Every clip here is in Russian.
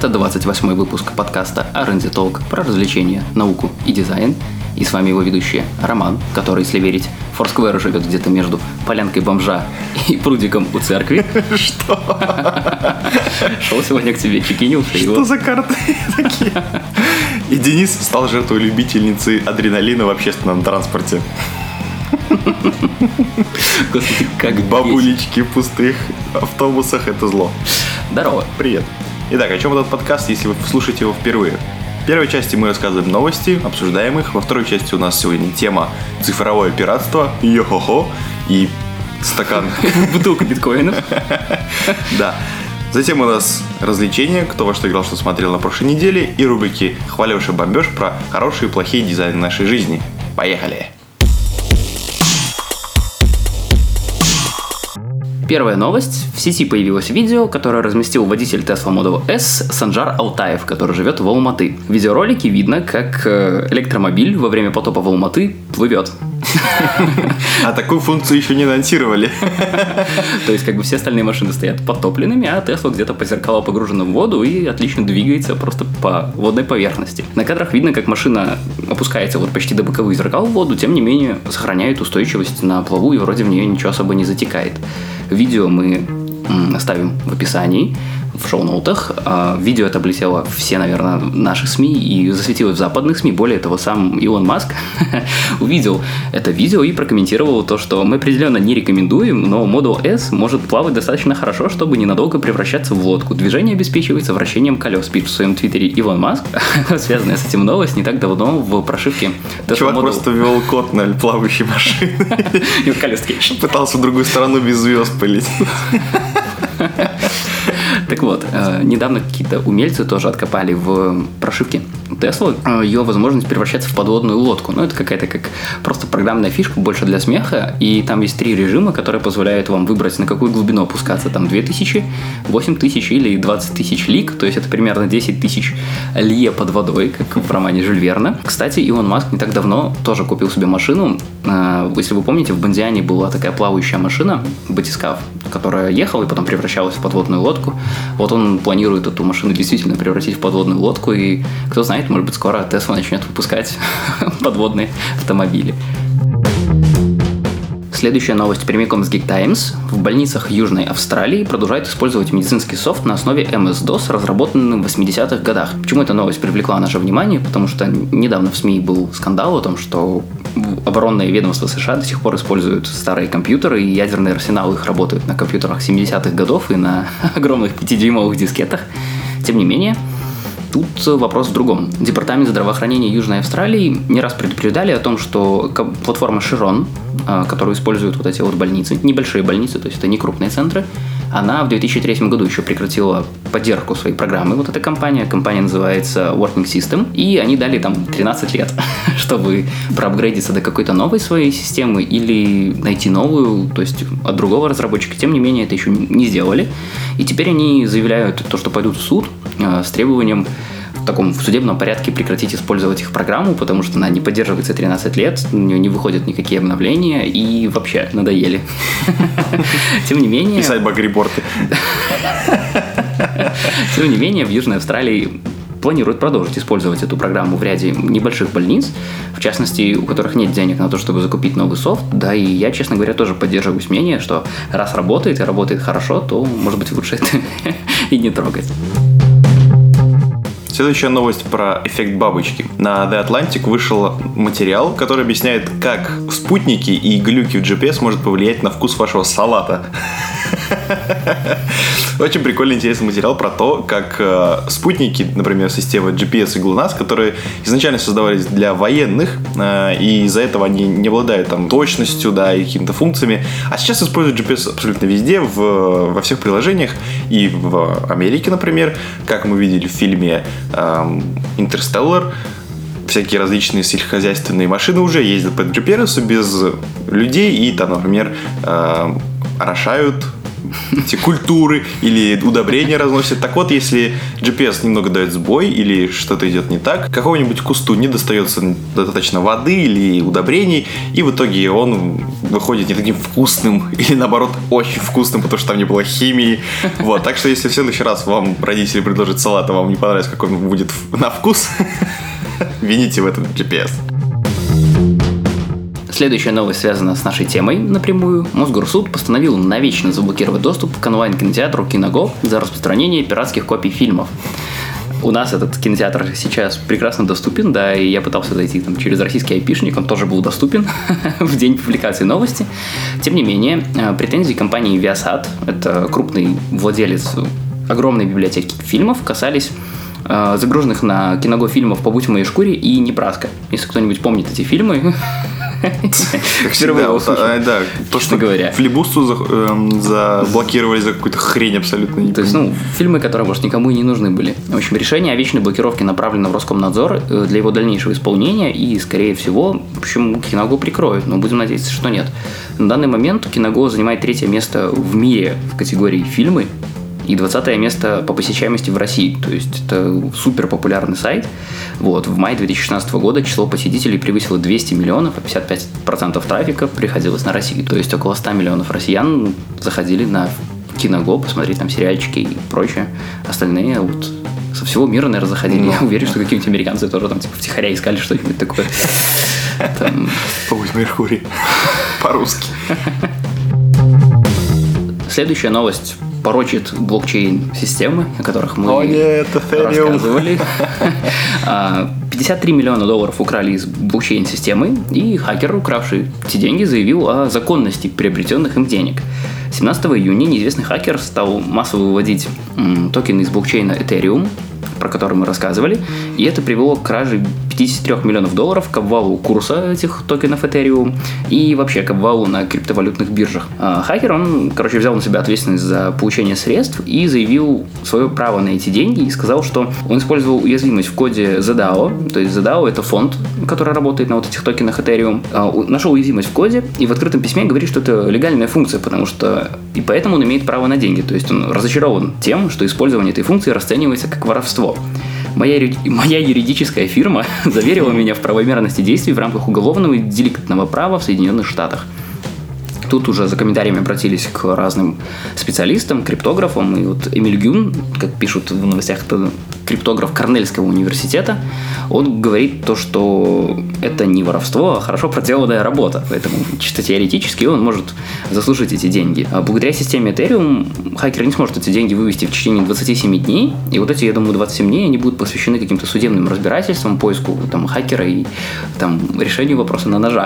Это 28-й выпуск подкаста R&D Talk про развлечения, науку и дизайн. И с вами его ведущий Роман, который, если верить Foursquare, живет где-то между полянкой бомжа и прудиком у церкви. Что? Шел сегодня к тебе, чекинился. Что за карты такие? И Денис стал жертвой любительницы адреналина в общественном транспорте. Господи, как бабулечки в пустых автобусах — это зло. Здорово. Привет. Итак, о чем этот подкаст, если вы слушаете его впервые? В первой части мы рассказываем новости, обсуждаем их. Во второй части у нас сегодня тема цифровое пиратство, йо-хо-хо и стакан. Бутылка биткоинов. Да. Затем у нас развлечения, кто во что играл, что смотрел на прошлой неделе, и рубрики «Хвалёж и бомбёж» про хорошие и плохие дизайны нашей жизни. Поехали! Первая новость. В сети появилось видео, которое разместил водитель Tesla Model S Санжар Алтаев, который живет в Алматы. В видеоролике видно, как электромобиль во время потопа в Алматы плывет. А такую функцию еще не анонсировали. То есть, как бы все остальные машины стоят подтопленными, а Tesla где-то по зеркалу погружена в воду и отлично двигается просто по водной поверхности. На кадрах видно, как машина опускается вот почти до боковых зеркал в воду, тем не менее сохраняет устойчивость на плаву и вроде в нее ничего особо не затекает. Видео мы оставим в описании, в шоу-ноутах. Видео это облетело все, наверное, наши СМИ и засветилось в западных СМИ. Более того, сам Илон Маск увидел это видео и прокомментировал то, что мы определенно не рекомендуем, но Model S может плавать достаточно хорошо, чтобы ненадолго превращаться в лодку. Движение обеспечивается вращением колес. Пишет в своем твиттере Илон Маск. Связанная с этим новость не так давно в прошивке Tesla Чувак Model... просто вел код на плавающей машине. И в колеске. Пытался в другую сторону без звезд полететь. Так вот, недавно какие-то умельцы тоже откопали в прошивке Tesla ее возможность превращаться в подводную лодку. Ну, это какая-то как просто программная фишка, больше для смеха. И там есть 3 режима, которые позволяют вам выбрать, на какую глубину опускаться. Там 2000, 8000 или 20 тысяч лиг. То есть это примерно 10 тысяч лье под водой, как в романе Жюль Верна. Кстати, Илон Маск не так давно тоже купил себе машину. Если вы помните, в Бондиане была такая плавающая машина, батискаф, которая ехала и потом превращалась в подводную лодку. Вот он планирует эту машину действительно превратить в подводную лодку. И кто знает, может быть, скоро Tesla начнет выпускать подводные автомобили. Следующая новость прямиком с Geek Times. В больницах Южной Австралии продолжают использовать медицинский софт на основе MS-DOS, разработанным в 80-х годах. Почему эта новость привлекла наше внимание? Потому что недавно в СМИ был скандал о том, что оборонные ведомства США до сих пор используют старые компьютеры, и ядерные арсеналы их работают на компьютерах 70-х годов и на огромных 5-дюймовых дискетах. Тем не менее, тут вопрос в другом. Департамент здравоохранения Южной Австралии не раз предупреждали о том, что платформа Chiron, которую используют вот эти вот больницы, небольшие больницы, то есть это не крупные центры, она в 2003 году еще прекратила поддержку своей программы. Вот эта компания называется Working System, и они дали там 13 лет, чтобы проапгрейдиться до какой-то новой своей системы или найти новую, то есть от другого разработчика. Тем не менее, это еще не сделали. И теперь они заявляют то, что пойдут в суд с требованием в судебном порядке прекратить использовать их программу, потому что она не поддерживается 13 лет, у нее не выходят никакие обновления и вообще надоели. Тем не менее... Писать баг-репорты. Тем не менее, в Южной Австралии планируют продолжить использовать эту программу в ряде небольших больниц, в частности, у которых нет денег на то, чтобы закупить новый софт. Да, и я, честно говоря, тоже поддерживаюсь мнение, что раз работает и работает хорошо, то, может быть, лучше это и не трогать. Следующая новость про эффект бабочки. На The Atlantic вышел материал, который объясняет, как спутники и глюки в GPS может повлиять на вкус вашего салата. Очень прикольный, интересный материал про то, как спутники, например, системы GPS и GLONASS, которые изначально создавались для военных, и из-за этого они не обладают там точностью, да, и какими-то функциями, а сейчас используют GPS абсолютно везде, во всех приложениях, и в Америке, например, как мы видели в фильме «Интерстеллар», всякие различные сельскохозяйственные машины уже ездят по GPS без людей и там, например, орошают эти культуры или удобрения разносят. Так вот, если GPS немного дает сбой или что-то идет не так, какому-нибудь кусту не достается достаточно воды или удобрений, и в итоге он выходит не таким вкусным или наоборот очень вкусным, потому что там не было химии. Вот, так что если в следующий раз вам родители предложат салат, а вам не понравится, какой он будет на вкус, вините в этом GPS. Следующая новость связана с нашей темой напрямую. Мосгорсуд постановил навечно заблокировать доступ к онлайн-кинотеатру Киного за распространение пиратских копий фильмов. У нас этот кинотеатр сейчас прекрасно доступен, да, и я пытался зайти там через российский айпишник, он тоже был доступен в день публикации новости. Тем не менее, претензии компании Viasat, это крупный владелец огромной библиотеки фильмов, касались загруженных на Киного фильмов «Побудь в моей шкуре» и «Небраска». Если кто-нибудь помнит эти фильмы... Впервые услышал. Да, то, что говоря. Флибусту заблокировали за какую-то хрень абсолютно. То есть, фильмы, которые, может, никому и не нужны были. В общем, решение о вечной блокировке направлено в Роскомнадзор для его дальнейшего исполнения, и, скорее всего, в общем, Киного прикроют, но будем надеяться, что нет. На данный момент Киного занимает 3-е место в мире в категории «Фильмы», и 20-е место по посещаемости в России. То есть это супер популярный сайт. Вот. В мае 2016 года число посетителей превысило 200 миллионов, а 55% трафика приходилось на Россию. То есть около 100 миллионов россиян заходили на Киного посмотреть там сериальчики и прочее. Остальные вот со всего мира, наверное, заходили. Я уверен, что какие-нибудь американцы тоже там типа втихаря искали что-нибудь такое. Побудь в Меркурии. По-русски. Следующая новость порочит блокчейн-системы, о которых мы рассказывали. 53 миллиона долларов украли из блокчейн-системы, и хакер, укравший эти деньги, заявил о законности приобретенных им денег. 17 июня неизвестный хакер стал массово выводить токены из блокчейна Ethereum, про который мы рассказывали, и это привело к краже 53 миллионов долларов, к обвалу курса этих токенов Ethereum и вообще к обвалу на криптовалютных биржах. Хакер, он, взял на себя ответственность за получение средств и заявил свое право на эти деньги и сказал, что он использовал уязвимость в коде ZDAO, то есть ZDAO — это фонд, который работает на вот этих токенах Ethereum, нашел уязвимость в коде и в открытом письме говорит, что это легальная функция, потому что и поэтому он имеет право на деньги, то есть он разочарован тем, что использование этой функции расценивается как воровство. Моя юридическая фирма заверила меня в правомерности действий в рамках уголовного и деликтного права в Соединенных Штатах. Тут уже за комментариями обратились к разным специалистам, криптографам. И вот Эмиль Гюн, как пишут в новостях, это криптограф Корнельского университета, он говорит то, что это не воровство, а хорошо проделанная работа. Поэтому чисто теоретически он может заслужить эти деньги. А благодаря системе Ethereum хакер не сможет эти деньги вывести в течение 27 дней. И вот эти, я думаю, 27 дней они будут посвящены каким-то судебным разбирательствам, поиску там хакера и там решению вопроса на ножах.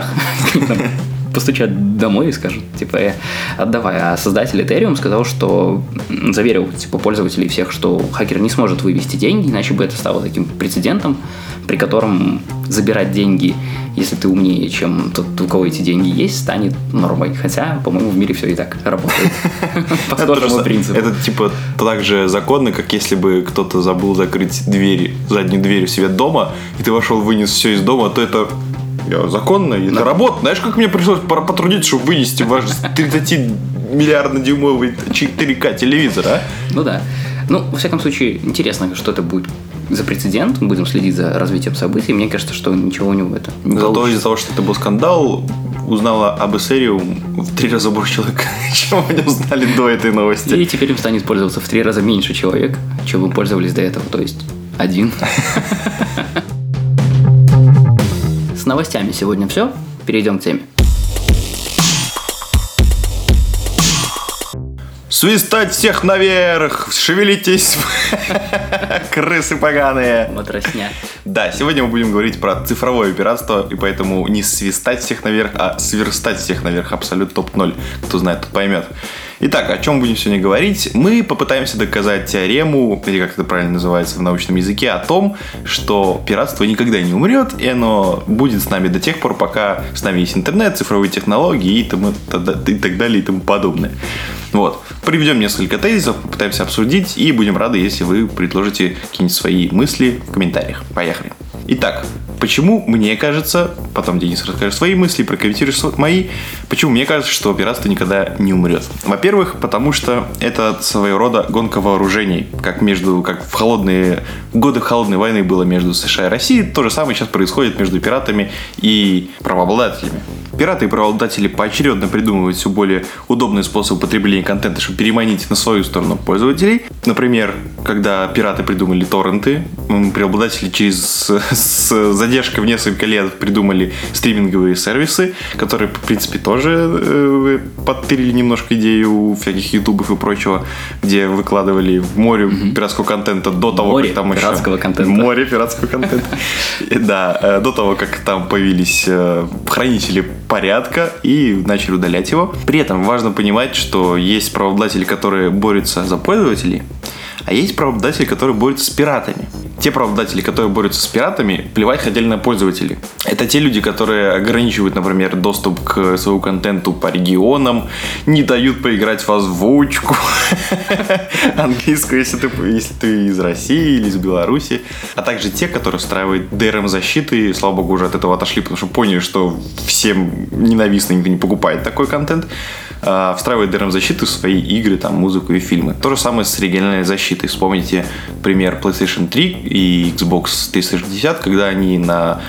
Постучат домой и скажут, типа, отдавай. А создатель Ethereum сказал, что заверил, типа, пользователей всех, что хакер не сможет вывести деньги, иначе бы это стало таким прецедентом, при котором забирать деньги, если ты умнее, чем тот, у кого эти деньги есть, станет нормой. Хотя, по-моему, в мире все и так работает. По схожему принципу. Это, типа, так же законно, как если бы кто-то забыл закрыть двери, заднюю дверь у себя дома, и ты вошел, вынес все из дома, то это законно, и это работа. Знаешь, как мне пришлось потрудиться, чтобы вынести ваш 30-миллиардно-дюймовый 4К телевизор, а? Ну да. Ну, во всяком случае, интересно, что это будет за прецедент. Будем следить за развитием событий. Мне кажется, что ничего у него это не Зато получится. из-за того, что это был скандал, узнала об Ethereum в 3 раза больше человек, чем они узнали до этой новости. И теперь им станет пользоваться в 3 раза меньше человек, чем вы пользовались до этого. То есть 1. С новостями сегодня все. Перейдем к теме. Свистать всех наверх! Шевелитесь, крысы поганые! Матросня. Да, сегодня мы будем говорить про цифровое пиратство, и поэтому не свистать всех наверх, а сверстать всех наверх. Абсолют топ-0. Кто знает, тот поймет. Итак, о чем будем сегодня говорить? Мы попытаемся доказать теорему, или как это правильно называется в научном языке, о том, что пиратство никогда не умрет, и оно будет с нами до тех пор, пока с нами есть интернет, цифровые технологии и так далее и тому подобное. Вот. Приведем несколько тезисов, попытаемся обсудить, и будем рады, если вы предложите какие-нибудь свои мысли в комментариях. Поехали. Итак, почему мне кажется, потом Денис расскажет свои мысли, прокомментируешь мои, почему мне кажется, что пиратство никогда не умрет. Во-первых, потому что это своего рода гонка вооружений, как в годы холодной войны было между США и Россией, то же самое сейчас происходит между пиратами и правообладателями. Пираты и правообладатели поочередно придумывают все более удобные способы потребления контента, чтобы переманить на свою сторону пользователей. Например, когда пираты придумали торренты, правообладатели с задержкой в несколько лет придумали стриминговые сервисы, которые, в принципе, тоже подтырили немножко идею всяких ютубов и прочего, где выкладывали море пиратского контента до того, как там море пиратского контента. Да, до того, как там появились хранители порядка и начали удалять его. При этом важно понимать, что есть правообладатели, которые борются за пользователей, а есть правообладатели, которые борются с пиратами. Те правообладатели, которые борются с пиратами, плевать хотели на пользователей. Это те люди, которые ограничивают, например, доступ к своему контенту по регионам, не дают поиграть в озвучку английскую, если ты из России или из Беларуси. А также те, которые устраивают DRM-защиты, слава богу, уже от этого отошли, потому что поняли, что всем ненавистно, никто не покупает такой контент. Встраивает DRM-защиту в свои игры, там, музыку и фильмы. То же самое с региональной защитой. Вспомните пример PlayStation 3 и Xbox 360, когда они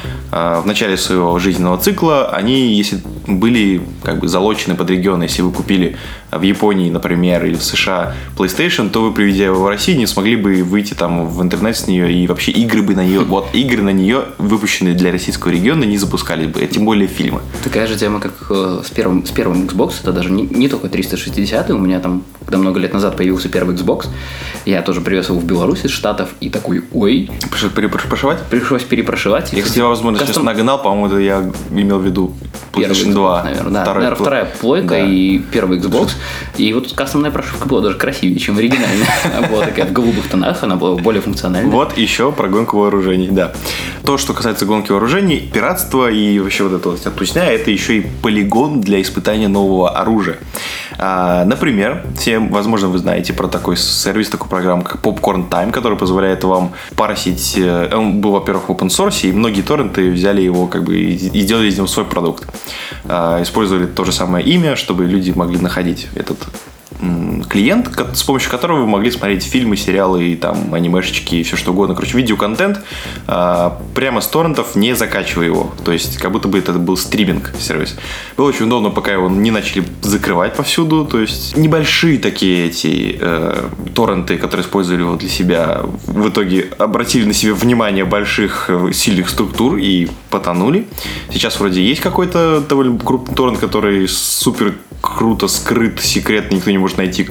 в начале своего жизненного цикла, они, если были как бы залочены под регион, если вы купили в Японии, например, или в США PlayStation, то вы, приведя его в Россию, не смогли бы выйти там в интернет с нее, и вообще игры на нее, выпущенные для российского региона, не запускались бы, тем более фильмы. Такая же тема, как с первым Xbox, это даже не только 360, у меня там, когда много лет назад появился первый Xbox, я тоже привез его в Беларусь из Штатов, и такой, ой. Пришлось перепрошивать? Пришлось перепрошивать. Я, кстати, возможно, сейчас нагнал, по-моему, это я имел в виду PlayStation 2. Наверное, вторая плойка, да. И первый Xbox. И вот кастомная прошивка была даже красивее, чем оригинальная. Она была такая в голубых тонах, она была более функциональная. Вот еще про гонку вооружений, да. То, что касается гонки вооружений, пиратство и вообще вот эта вот тусня, это еще и полигон для испытания нового оружия. Например, возможно, вы знаете про такой сервис, такую программу, как Popcorn Time, который позволяет вам парсить. Он был, во-первых, в open source, и многие торренты взяли его как бы и сделали из него свой продукт. Использовали то же самое имя, чтобы люди могли находить этот клиент, с помощью которого вы могли смотреть фильмы, сериалы, и там анимешечки и все что угодно. Короче, видеоконтент прямо с торрентов, не закачивая его. То есть, как будто бы это был стриминг-сервис. Было очень удобно, пока его не начали закрывать повсюду. То есть, небольшие такие эти торренты, которые использовали его для себя, в итоге обратили на себя внимание больших сильных структур и потонули. Сейчас вроде есть какой-то довольно крупный торрент, который супер круто скрыт, секретно, никто не может найти,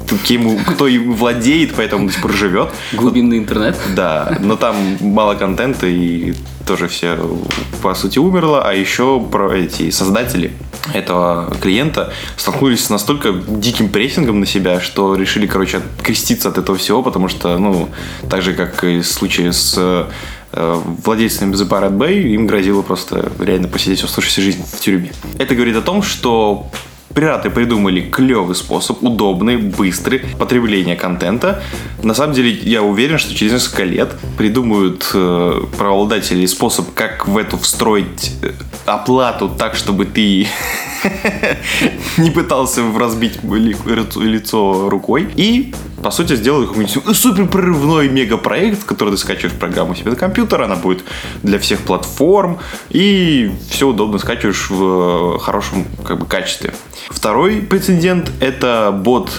кто им владеет, поэтому до сих пор живет. Глубинный интернет. Да, но там мало контента, и тоже все, по сути, умерло. А еще эти создатели этого клиента столкнулись с настолько диким прессингом на себя, что решили, откреститься от этого всего, потому что, так же, как и в случае с владельцами The Pirate Bay, им грозило просто реально посидеть оставшуюся жизнь в тюрьме. Это говорит о том, что пираты придумали клевый способ, удобный, быстрый потребления контента. На самом деле, я уверен, что через несколько лет придумают правообладатели способ, как в эту встроить оплату так, чтобы ты не пытался разбить лицо рукой. И, по сути, сделают какой-нибудь супер прорывной мегапроект, в который ты скачиваешь программу себе на компьютер, она будет для всех платформ, и все удобно скачиваешь в хорошем качестве. Второй прецедент — это бот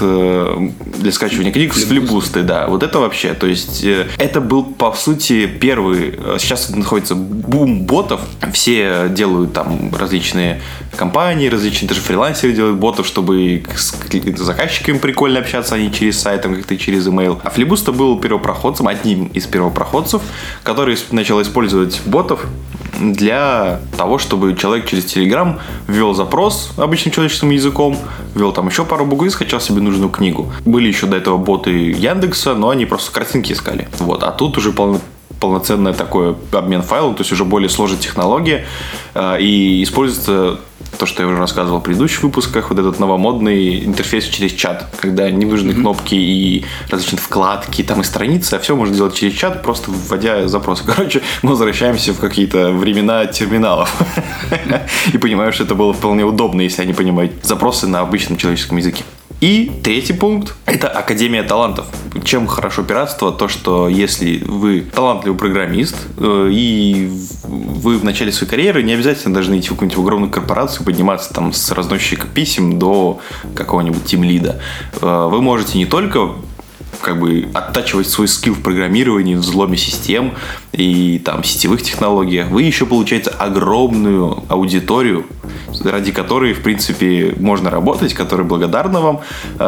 для скачивания книг с Флибусты. Да, вот это вообще, то есть это был, по сути, первый. Сейчас находится бум ботов. Все делают там различные компании, различные даже фрилансеры делают ботов, чтобы с заказчиками прикольно общаться, а не через сайт, как-то через email. А Флибуста был первопроходцем, одним из первопроходцев, который начал использовать ботов для того, чтобы человек через Telegram ввел запрос обычным человеческим языком, ввел там еще пару букв и скачал себе нужную книгу. Были еще до этого боты Яндекса, но они просто картинки искали. Вот. А тут уже полноценный такой обмен файлом, то есть уже более сложная технология, и используется то, что я уже рассказывал в предыдущих выпусках, вот этот новомодный интерфейс через чат, когда не нужны кнопки и различные вкладки, там и страницы, а все можно делать через чат, просто вводя запросы. Короче, мы возвращаемся в какие-то времена терминалов. И понимаю, что это было вполне удобно, если они понимают запросы на обычном человеческом языке. И третий пункт – это Академия талантов. Чем хорошо пиратство? То, что если вы талантливый программист, и вы в начале своей карьеры не обязательно должны идти в какую-нибудь огромную корпорацию, подниматься там с разносчика писем до какого-нибудь тимлида. Вы можете не только как бы оттачивать свой скилл в программировании, в взломе систем и там сетевых технологиях, вы еще получаете огромную аудиторию, ради которой, в принципе, можно работать, которая благодарна вам.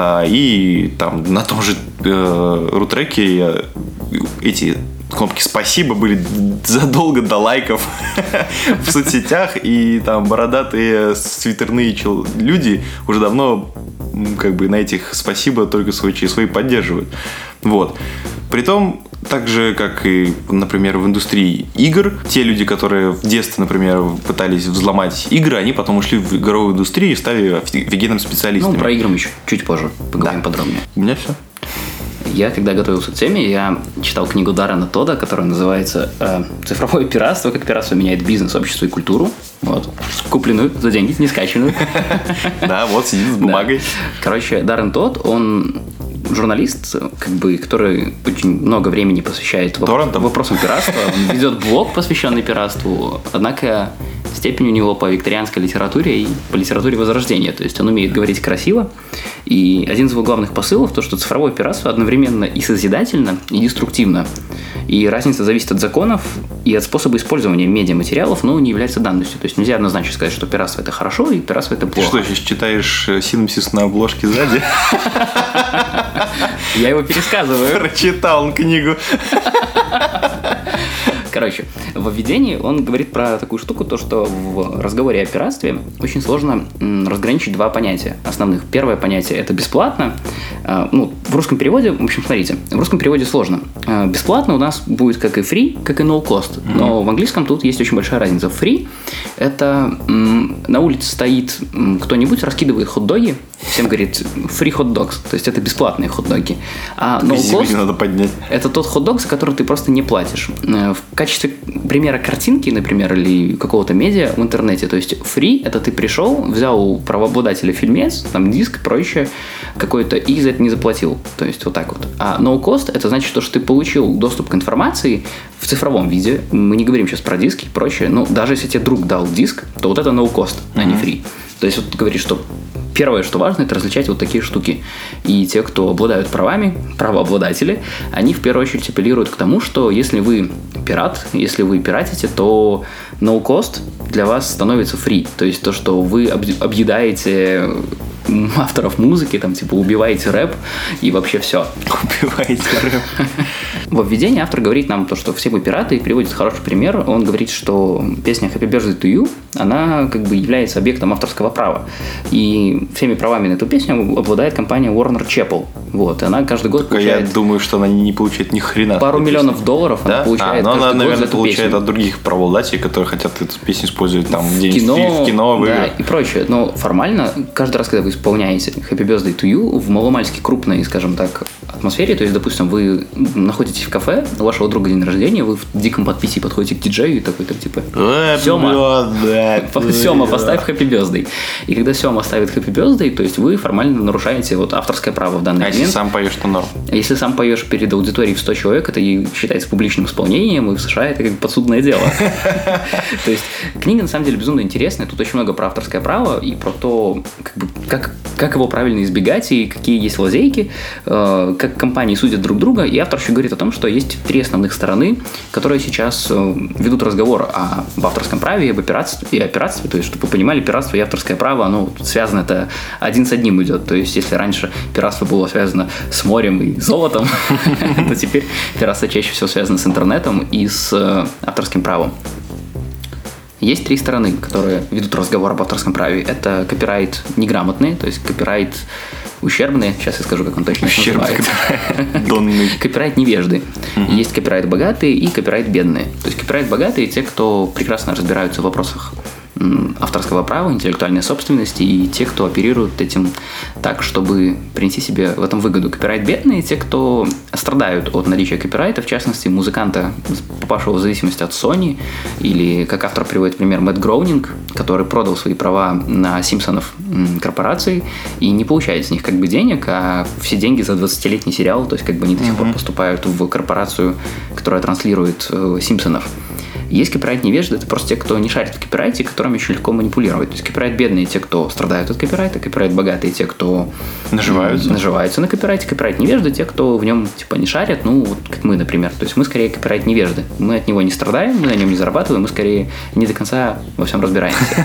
И там на том же рутреке эти кнопки «Спасибо» были задолго до лайков в соцсетях, и там бородатые свитерные люди уже давно как бы на этих «Спасибо» только свои поддерживают. Вот. Притом, так же, как и, например, в индустрии игр, те люди, которые в детстве, например, пытались взломать игры, они потом ушли в игровую индустрию и стали офигенными специалистами. Ну, про игры мы еще чуть позже поговорим подробнее. У меня все. Я, когда готовился к теме, я читал книгу Даррена Тодда, которая называется «Цифровое пиратство. Как пиратство меняет бизнес, общество и культуру». Вот. Купленную за деньги, не скачанную. Да, вот сидит с бумагой. Короче, Даррен Тодд, он журналист, как бы, который очень много времени посвящает вопросам пиратства. Он ведет блог, посвященный пиратству, однако степень у него по викторианской литературе и по литературе Возрождения. То есть он умеет говорить красиво. И один из его главных посылов – то, что цифровое пиратство одновременно и созидательно, и деструктивно. И разница зависит от законов и от способа использования медиаматериалов, но не является данностью. То есть нельзя однозначно сказать, что пиратство – это хорошо, и пиратство – это плохо. Ты что, сейчас читаешь синопсис на обложке сзади? Я его пересказываю. Прочитал книгу. Короче, в введении он говорит про такую штуку, то, что в разговоре о пиратстве очень сложно разграничить два понятия основных. Первое понятие – это бесплатно. Ну, в русском переводе, в общем, смотрите, в русском переводе сложно. Бесплатно у нас будет как и free, как и no cost. Но в английском тут есть очень большая разница. Free – это на улице стоит кто-нибудь, раскидывает хот-доги, всем говорит free hot dogs, то есть это бесплатные хот-доги. А no cost надо поднять. Это тот хот-дог, за который ты просто не платишь. В качестве примера картинки, например, или какого-то медиа в интернете, то есть free – это ты пришел, взял у правообладателя фильмец, там диск, прочее, какой-то, и за это не заплатил. То есть вот так вот. А no cost – это значит, что ты получил доступ к информации в цифровом виде. Мы не говорим сейчас про диски и прочее, но даже если тебе друг дал диск, то вот это no cost, а не free. То есть вот ты говоришь, что первое, что важно, это различать вот такие штуки. И те, кто обладают правами, правообладатели, они в первую очередь апеллируют к тому, что если вы пират, если вы пиратите, то no cost для вас становится free. То есть то, что вы объедаете авторов музыки, там, типа, убиваете рэп и вообще все. Убиваете рэп. Во введении автор говорит нам то, что все мы пираты, и приводит хороший пример. Он говорит, что песня Happy Birthday to You, она как бы является объектом авторского права. И всеми правами на эту песню обладает компания Warner Chappell. Вот, и она каждый год получает... Я думаю, что она не получает ни хрена. Пару миллионов долларов она получает но она, наверное, за эту получает песню. от других правообладателей, которые хотят эту песню использовать там в кино, да, и прочее. Но формально, каждый раз, когда вы исполняете Happy Birthday to You в маломальски крупной, скажем так, атмосфере, то есть, допустим, вы находитесь в кафе, у вашего друга день рождения, вы в диком подписи подходите к диджею и такой, типа, Сема, поставь Happy Birthday. И когда Сема ставит Happy Birthday, то есть вы формально нарушаете вот авторское право в данный момент. Если сам поешь, то норм. Если сам поешь перед аудиторией в 100 человек, это и считается публичным исполнением, и в США это как бы подсудное дело. То есть книга на самом деле безумно интересная, тут очень много про авторское право и про то, как его правильно избегать и какие есть лазейки, как компании судят друг друга. И автор еще говорит о том, что есть три основных стороны, которые сейчас ведут разговор об авторском праве и об пиратстве, и о пиратстве. То есть, чтобы вы понимали, пиратство и авторское право, оно связано, это один с одним идет. То есть, если раньше пиратство было связано с морем и золотом, то теперь пиратство чаще всего связано с интернетом и с авторским правом. Есть три стороны, которые ведут разговор об авторском праве. Это копирайт неграмотный, то есть копирайт ущербные. Сейчас я скажу, как он точно называется. Донный. Копирайт невежды. Есть копирайт богатые и копирайт бедные. То есть копирайт богатые – те, кто прекрасно разбираются в вопросах авторского права, интеллектуальной собственности, и те, кто оперирует этим так, чтобы принести себе в этом выгоду. Копирайт бедные – те, кто страдают от наличия копирайта, в частности, музыканта, попавшего в зависимость от Sony, или, как автор приводит пример, Мэтт Гроунинг, который продал свои права на Симпсонов корпорации и не получает с них как бы денег, а все деньги за 20-летний сериал, то есть как бы они до сих пор поступают в корпорацию, которая транслирует Симпсонов. Есть копирайт невежды, это просто те, кто не шарит в копирайте, которыми еще легко манипулировать. То есть копирайт бедные – те, кто страдают от копирайта, копирайт богатые – те, кто наживаются на копирайте, копирайт невежды – те, кто в нем типа не шарят, ну, вот как мы, например. То есть мы скорее копирайт невежды. Мы от него не страдаем, мы на нем не зарабатываем, мы скорее не до конца во всем разбираемся.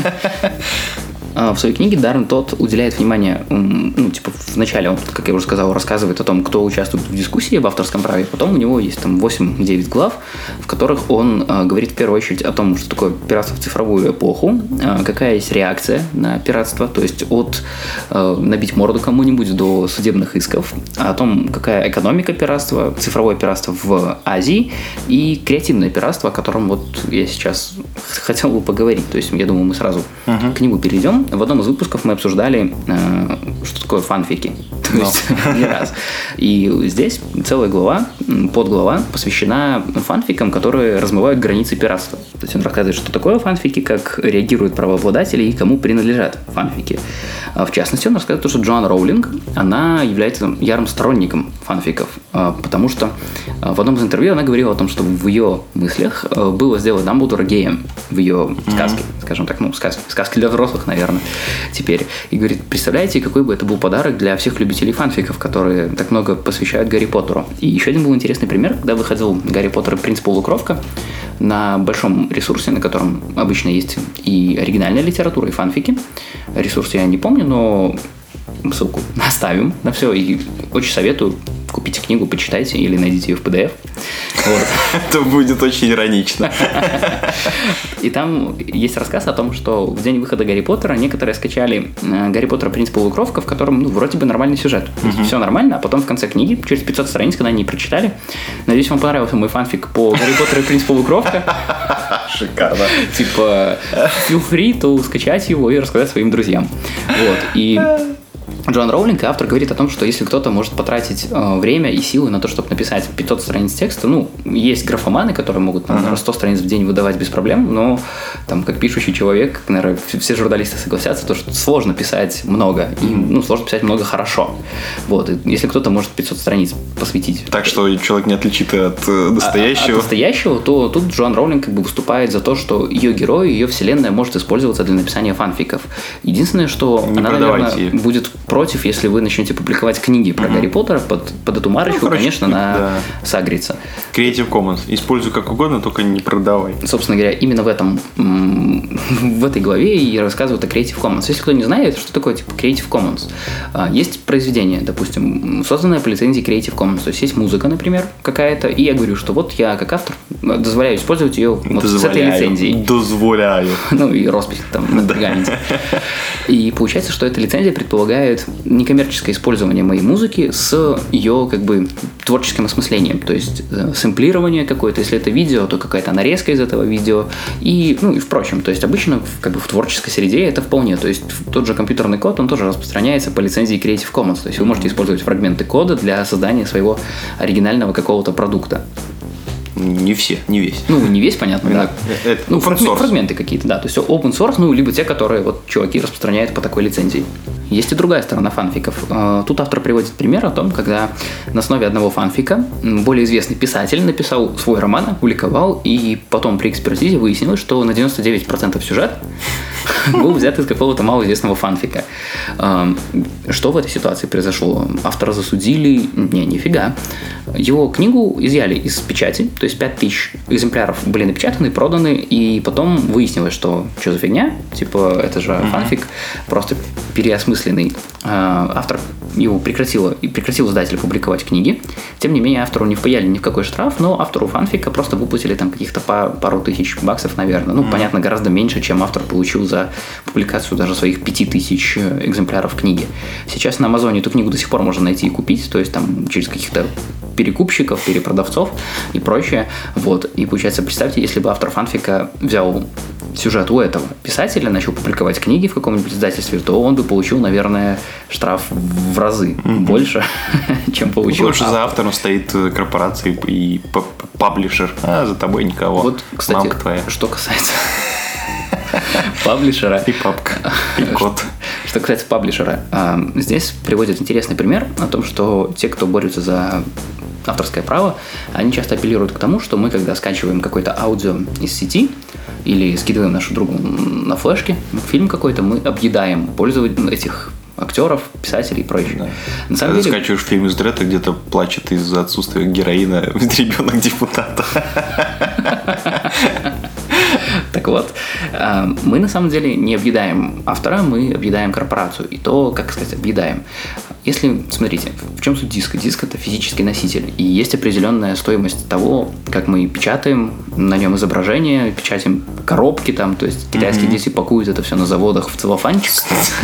В своей книге Даррен Тодд уделяет внимание, вначале он, как я уже сказал, рассказывает о том, кто участвует в дискуссии об авторском праве, потом у него есть там 8-9 глав, в которых он говорит в первую очередь о том, что такое пиратство в цифровую эпоху, какая есть реакция на пиратство, то есть от набить морду кому-нибудь до судебных исков, о том, какая экономика пиратства, цифровое пиратство в Азии и креативное пиратство, о котором вот я сейчас хотел бы поговорить. То есть, я думаю, мы сразу к нему перейдем. В одном из выпусков мы обсуждали, что такое фанфики. То есть, не раз. И здесь целая глава, подглава, посвящена фанфикам, которые размывают границы пиратства. То есть он рассказывает, что такое фанфики, как реагируют правообладатели и кому принадлежат фанфики. В частности, он рассказывает, что Джоан Роулинг, она является ярым сторонником фанфиков, потому что в одном из интервью она говорила о том, что в ее мыслях было сделать Дамблдора геем в ее сказке, скажем так, сказки для взрослых, наверное, теперь. И говорит, представляете, какой бы это был подарок для всех любителей фанфиков, которые так много посвящают Гарри Поттеру. И еще один был интересный пример, когда выходил Гарри Поттер и принц Полукровка на большом ресурсе, на котором обычно есть и оригинальная литература, и фанфики. Ресурс я не помню, но ссылку оставим на все. И очень советую, купите книгу, почитайте или найдите ее в PDF. Вот. Это будет очень иронично. И там есть рассказ о том, что в день выхода Гарри Поттера некоторые скачали Гарри Поттер и принц Полукровка, в котором вроде бы нормальный сюжет. Все нормально, а потом в конце книги, через 500 страниц, когда они прочитали, надеюсь, вам понравился мой фанфик по Гарри Поттер и принц Полукровка. Шикарно. Типа, feel free to скачать его и рассказать своим друзьям. Вот. И Джоан Роулинг, автор, говорит о том, что если кто-то может потратить время и силы на то, чтобы написать 500 страниц текста, есть графоманы, которые могут, наверное, 100 страниц в день выдавать без проблем, но там, как пишущий человек, наверное, все журналисты согласятся, то, что сложно писать много, и сложно писать много хорошо. Вот, и если кто-то может 500 страниц посвятить... Так что человек не отличит от настоящего. От настоящего, то тут Джоан Роулинг как бы выступает за то, что ее герой, ее вселенная может использоваться для написания фанфиков. Единственное, что она, наверное, будет против, если вы начнете публиковать книги про Гарри Поттера под эту марочку, конечно, сагрится. Creative Commons. Используй как угодно, только не продавай. Собственно говоря, именно в этой главе и рассказывают о Creative Commons. Если кто не знает, что такое типа Creative Commons, есть произведение, допустим, созданное по лицензии Creative Commons. То есть есть музыка, например, какая-то, и я говорю, что вот я как автор дозволяю использовать ее вот с этой лицензией. Дозволяю. И роспись там на пергаменте. И получается, что эта лицензия предполагает некоммерческое использование моей музыки с ее как бы творческим осмыслением, то есть сэмплирование какое-то, если это видео, то какая-то нарезка из этого видео и впрочем, то есть обычно как бы в творческой среде это вполне, то есть тот же компьютерный код, он тоже распространяется по лицензии Creative Commons, то есть вы можете использовать фрагменты кода для создания своего оригинального какого-то продукта. Не все, не весь. Не весь, понятно, да. Это фрагменты какие-то, да. То есть open source, либо те, которые вот чуваки распространяют по такой лицензии. Есть и другая сторона фанфиков. Тут автор приводит пример о том, когда на основе одного фанфика более известный писатель написал свой роман, опубликовал, и потом при экспертизе выяснилось, что на 99% сюжет был взят из какого-то малоизвестного фанфика. Что в этой ситуации произошло? Автора засудили? Нифига. Его книгу изъяли из печати, то есть 5000 экземпляров были напечатаны, проданы, и потом выяснилось, что за фигня, типа это же фанфик, просто переосмысленный. Автор его прекратил издатель публиковать книги. Тем не менее, автору не впаяли ни в какой штраф, но автору фанфика просто выплатили там каких-то пару тысяч баксов, наверное. Понятно, гораздо меньше, чем автор получил за публикацию даже своих 5000 экземпляров книги. Сейчас на Амазоне эту книгу до сих пор можно найти и купить, то есть там через каких-то перекупщиков, перепродавцов и прочее. Вот. И получается, представьте, если бы автор фанфика взял сюжет у этого писателя, начал публиковать книги в каком-нибудь издательстве, то он бы получил, наверное, штраф в разы больше, чем получил Потому что за автором стоит корпорация и паблишер, а за тобой никого. Вот, кстати, мамка твоя. Что касается паблишера и папка, и кот. Что касается паблишера, здесь приводят интересный пример о том, что те, кто борются за авторское право, они часто апеллируют к тому, что мы, когда скачиваем какое-то аудио из сети или скидываем нашу другу на флешке, фильм какой-то, мы объедаем пользователей этих актеров, писателей и прочее. Да. На самом Когда деле, скачиваешь фильм из Дретта, где-то плачет из-за отсутствия героина ребенок депутата. так вот, мы на самом деле не объедаем автора, мы объедаем корпорацию. И то, как сказать, объедаем. Если, смотрите, в чем суть диска? Диск – это физический носитель. И есть определенная стоимость того, как мы печатаем на нем изображение, печатаем коробки там, то есть китайские дети пакуют это все на заводах в целлофанчик.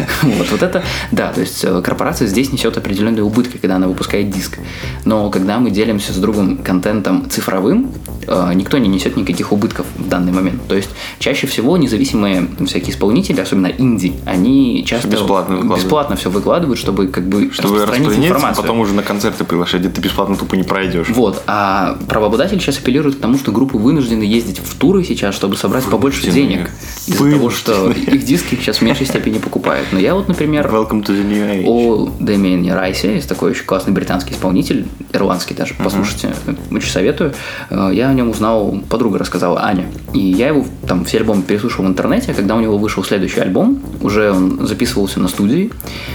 Вот это, да, то есть корпорация здесь несет определенные убытки, когда она выпускает диск. Но когда мы делимся с другом контентом цифровым, никто не несет никаких убытков в данный момент. То есть чаще всего независимые всякие исполнители, особенно инди, они часто бесплатно все выкладывают, чтобы как бы распространить информацию. Потом уже на концерты приглашать, где ты бесплатно тупо не пройдешь. Вот, а правообладатель сейчас апеллирует к тому, что группы вынуждены ездить в туры сейчас, чтобы собрать побольше денег. Из-за того, что их диски сейчас в меньшей степени покупают. Но я вот, например, Welcome to the new age. О Дэмиане Райсе, есть такой очень классный британский исполнитель, ирландский даже, послушайте, очень советую. Я о нем узнал, подруга рассказала, Аня. И я его там все альбомы переслушал в интернете, когда у него вышел следующий альбом, уже он записывался на студии.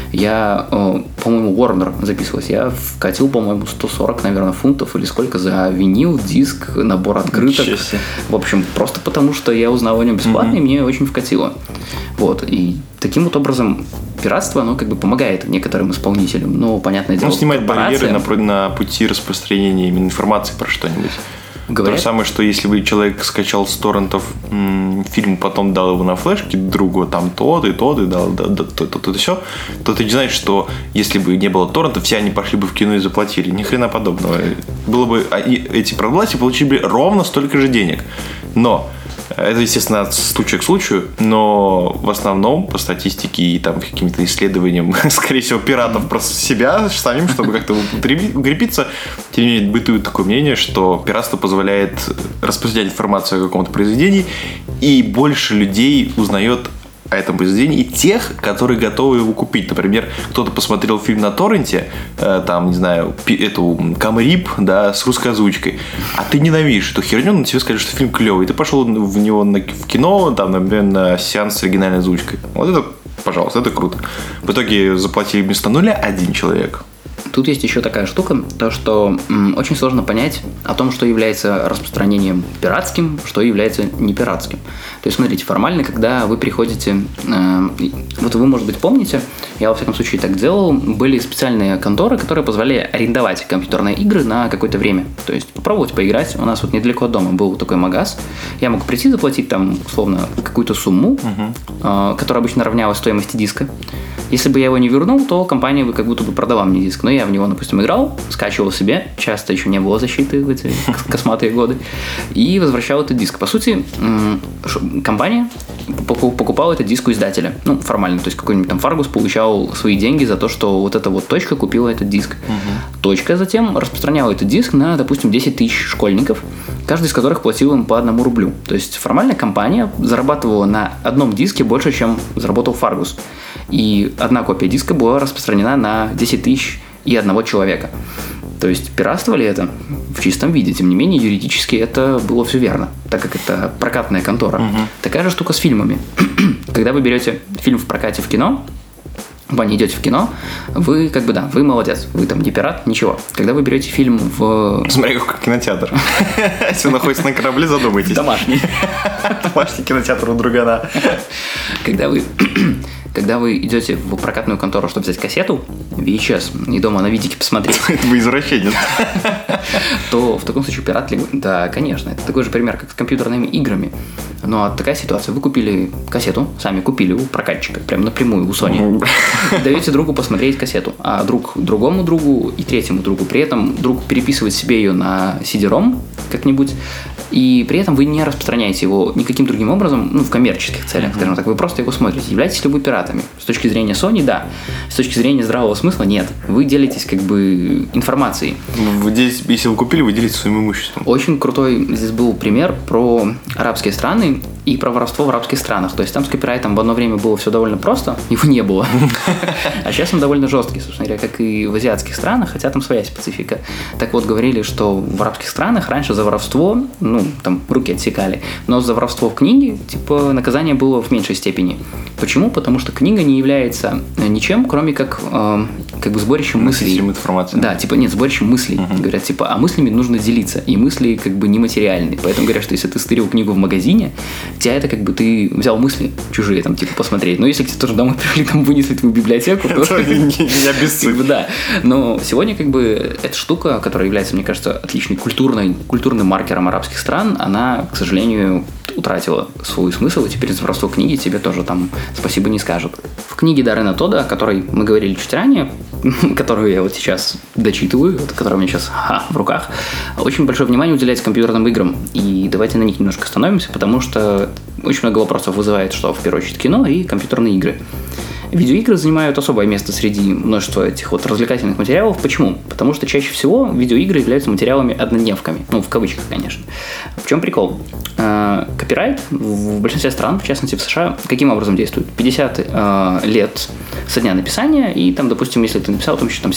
Я, по-моему, Warner записывался. Я вкатил, по-моему, 140, наверное, фунтов или сколько за винил, диск, набор открыток. В общем, просто потому, что я узнал о нем бесплатно, и мне очень вкатило. Вот. И таким вот образом пиратство, оно как бы помогает некоторым исполнителям. Но, понятное дело, снимает барьеры на пути распространения именно информации про что-нибудь. Говорят? То же самое, что если бы человек скачал с торрентов фильм, потом дал его на флешке другу, там тот и дал то и все, то ты не знаешь, что если бы не было торрентов, все они пошли бы в кино и заплатили. Ни хрена подобного. Было бы, эти правообладатели получили бы ровно столько же денег. Но это, естественно, от случая к случаю, но в основном по статистике и там каким-то исследованиям, скорее всего, пиратов просто себя самим, чтобы как-то укрепиться. Тем не менее, бытует такое мнение, что пиратство позволяет распространять информацию о каком-то произведении, и больше людей узнает о этом произведении и тех, которые готовы его купить. Например, кто-то посмотрел фильм на торренте, там, не знаю, эту Камрип, да, с русской озвучкой, а ты ненавидишь эту херню, но тебе скажут, что фильм клевый, и ты пошел в него в кино, там, например, на сеанс с оригинальной озвучкой. Вот это, пожалуйста, это круто. В итоге заплатили вместо нуля один человек. Тут есть еще такая штука, то что очень сложно понять о том, что является распространением пиратским, что является не пиратским. То есть, смотрите, формально, когда вы приходите, вот вы, может быть, помните, я, во всяком случае, так делал, были специальные конторы, которые позволяли арендовать компьютерные игры на какое-то время. То есть, попробовать поиграть. У нас вот недалеко от дома был такой магаз. Я мог прийти, заплатить там, условно, какую-то сумму, которая обычно равнялась стоимости диска. Если бы я его не вернул, то компания бы как будто бы продала мне диск. Но я в него, допустим, играл, скачивал себе, часто еще не было защиты в эти косматые годы, и возвращал этот диск. По сути, компания покупала этот диск у издателя. Ну, формально. То есть какой-нибудь там Фаргус получал свои деньги за то, что вот эта вот точка купила этот диск. Точка затем распространяла этот диск на, допустим, 10 тысяч школьников, каждый из которых платил им по 1 рублю. То есть формально компания зарабатывала на одном диске больше, чем заработал Фаргус. И одна копия диска была распространена на 10 тысяч и одного человека. То есть пиратство ли это в чистом виде? Тем не менее, юридически это было все верно, так как это прокатная контора. Такая же штука с фильмами. Когда вы берете фильм в прокате в кино, вы не идете в кино, вы как бы, да, вы молодец, вы там не пират, ничего. Когда вы берете фильм в... Смотри, как кинотеатр. Если вы находитесь на корабле, задумайтесь. Домашний. Домашний кинотеатр у другана. Когда вы идете в прокатную контору, чтобы взять кассету, VHS, и дома на видике посмотреть... Вы извращенец. То в таком случае пират ли... Да, конечно. Это такой же пример, как с компьютерными играми. Но такая ситуация. Вы купили кассету, сами купили у прокатчика, прям напрямую у Sony. Даете другу посмотреть кассету, а друг другому другу и третьему другу. При этом друг переписывает себе ее на CD-ROM как-нибудь, и при этом вы не распространяете его никаким другим образом, ну, в коммерческих целях, скажем так, вы просто его смотрите. Являетесь ли вы пиратами? С точки зрения Sony, да. С точки зрения здравого смысла, нет. Вы делитесь как бы информацией. Здесь, если вы купили, вы делитесь своим имуществом. Очень крутой здесь был пример про арабские страны и про воровство в арабских странах. То есть там с копирайтом в одно время было все довольно просто, его не было. А сейчас он довольно жесткий, собственно говоря, как и в азиатских странах, хотя там своя специфика. Так вот, говорили, что в арабских странах раньше за воровство, ну, там руки отсекали, но за воровство в книге, типа, наказание было в меньшей степени. Почему? Потому что книга не является ничем, кроме как бы сборищем мыслей. Информации. Да, типа, нет, сборищем мыслей. Говорят, типа, а мыслями нужно делиться, и мысли как бы нематериальны. Поэтому говорят, что если ты стырил книгу в магазине, тебя это как бы ты взял мысли чужие, там, типа, посмотреть. Но если к тебе тоже домой пришли, там, вынесли твою библиотеку, то... Не обессудь. Да. Но сегодня, как бы, эта штука, которая является, мне кажется, отличной культурным маркером арабских стран, она, к сожалению, утратила свой смысл, и теперь за воровство книги тебе тоже там спасибо не скажут. В книге Даррена Тодда, о которой мы говорили чуть ранее, которую я вот сейчас дочитываю, которая у меня сейчас в руках, очень большое внимание уделяется компьютерным играм. И давайте на них немножко остановимся, потому что очень много вопросов вызывает, что в первую очередь кино и компьютерные игры. Видеоигры занимают особое место среди множества этих вот развлекательных материалов. Почему? Потому что чаще всего видеоигры являются материалами-однодневками. Ну, в кавычках, конечно. В чем прикол? Копирайт в большинстве стран, в частности в США, каким образом действует? 50 лет со дня написания, и там, допустим, если ты написал, там еще там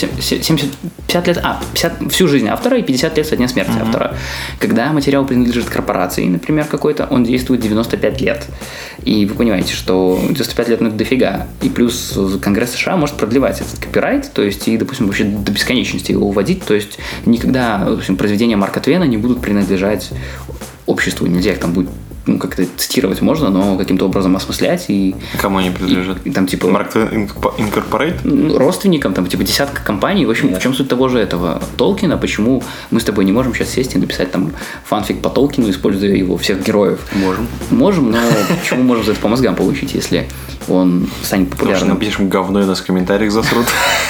50 лет, 50, всю жизнь автора и 50 лет со дня смерти автора. Когда материал принадлежит корпорации, например, какой-то, он действует 95 лет. И вы понимаете, что 95 лет – это дофига. И плюс Конгресс США может продлевать этот копирайт, то есть, и, допустим, вообще до бесконечности его уводить, то есть, никогда, допустим, произведения Марка Твена не будут принадлежать обществу, нельзя их там будет, ну, как-то цитировать можно, но каким-то образом осмыслять и... Кому они принадлежат? И там, типа... Марк Твен Incorporate? Родственникам, там, типа, десятка компаний. В общем, в чем суть того же этого Толкина, почему мы с тобой не можем сейчас сесть и написать там фанфик по Толкину, используя его всех героев? Можем. Можем, но почему можем за это по мозгам получить, если он станет популярным? Потому что напишем говно, и нас в комментариях засрут.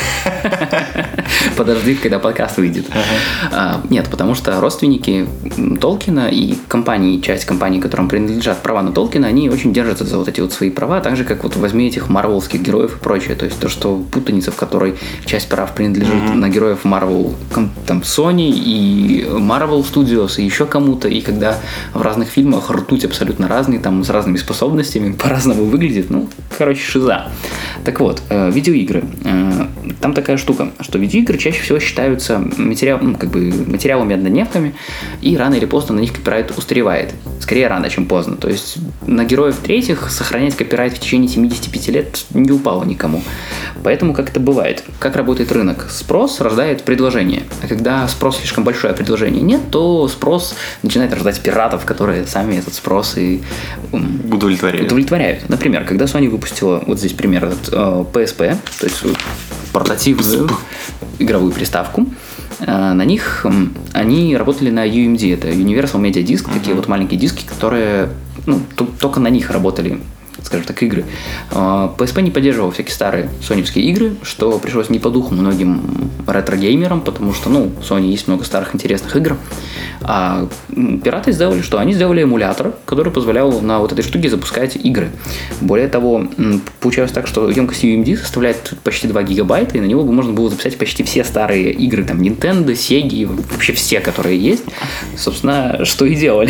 Подожди, когда подкаст выйдет. Нет, потому что родственники Толкина и компании, часть компаний, которым принадлежат права на Толкина, они очень держатся за вот эти вот свои права, так же, как вот возьми этих марвелских героев и прочее. То есть то, что путаница, в которой часть прав принадлежит на героев Marvel, там Sony и Marvel Studios, и еще кому-то, и когда в разных фильмах ртуть абсолютно разные, там с разными способностями, по-разному выглядит, ну, короче, шиза. Так вот, видеоигры. Там такая штука, что видеоигры чаще всего считаются материалами-однодневками, и рано или поздно на них копирайт устаревает. Скорее рано, чем поздно. То есть на героев третьих сохранять копирайт в течение 75 лет не упало никому. Поэтому как это бывает? Как работает рынок? Спрос рождает предложение. А когда спрос слишком большой, а предложения нет, то спрос начинает рождать пиратов, которые сами этот спрос и удовлетворяют. Например, когда Sony выпустила, вот здесь пример, PSP, то есть портативную игровую приставку, на них они работали на UMD, это Universal Media Disc, такие вот маленькие диски, которые, ну, только на них работали, скажем так, игры. PSP не поддерживал всякие старые соневские игры, что пришлось не по духу многим ретро-геймерам, потому что, ну, у Sony есть много старых интересных игр. А пираты сделали что? Они сделали эмулятор, который позволял на вот этой штуке запускать игры. Более того, получалось так, что емкость UMD составляет почти 2 гигабайта, и на него можно было записать почти все старые игры, там, Nintendo, Sega, вообще все, которые есть. Собственно, что и делали.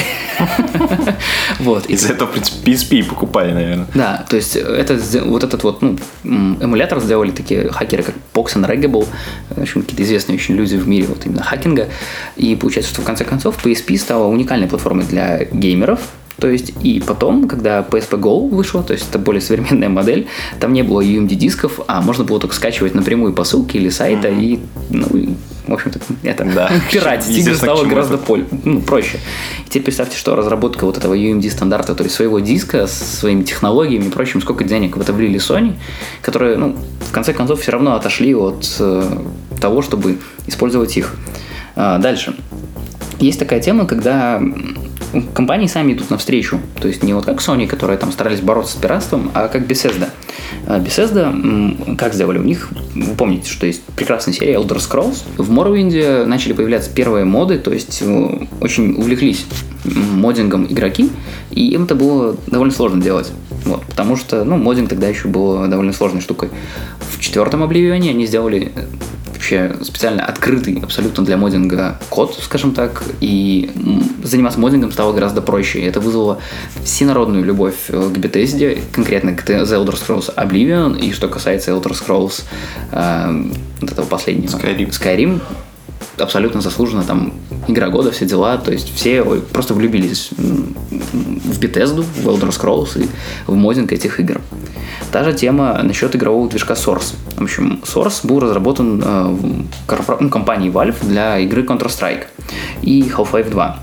Из-за этого, в принципе, PSP покупали, наверное. Да, то есть вот этот вот эмулятор сделали такие хакеры, как Pox and Regable, в общем, какие-то известные очень люди в мире вот именно хакинга. И получается, что в конце концов PSP стала уникальной платформой для геймеров. То есть, и потом, когда PSP Go вышла, то есть это более современная модель, там не было UMD-дисков, а можно было только скачивать напрямую по ссылке или сайта, и, ну, в общем-то, это пиратить игры стало гораздо проще. И теперь представьте, что разработка вот этого UMD-стандарта, то есть своего диска с своими технологиями и прочим, сколько денег в это влили Sony, которые, ну, в конце концов, все равно отошли от того, чтобы использовать их. Дальше. Есть такая тема, когда компании сами идут навстречу. То есть не вот как Sony, которые там старались бороться с пиратством, а как Bethesda. Bethesda, как сделали? У них, вы помните, что есть прекрасная серия Elder Scrolls. В Morrowind начали появляться первые моды, то есть очень увлеклись моддингом игроки, и им это было довольно сложно делать. Вот, потому что, моддинг тогда еще был довольно сложной штукой. В 4-м Oblivion'е они сделали вообще специально открытый абсолютно для моддинга код, скажем так, и заниматься моддингом стало гораздо проще. И это вызвало всенародную любовь к Bethesda, конкретно к The Elder Scrolls Oblivion, и что касается Elder Scrolls вот этого последнего Skyrim, абсолютно заслуженно, там, игра года, все дела, то есть все просто влюбились в Bethesda, в Elder Scrolls и в моддинг этих игр. Та же тема насчет игрового движка Source. В общем, Source был разработан компанией Valve для игры Counter-Strike и Half-Life 2.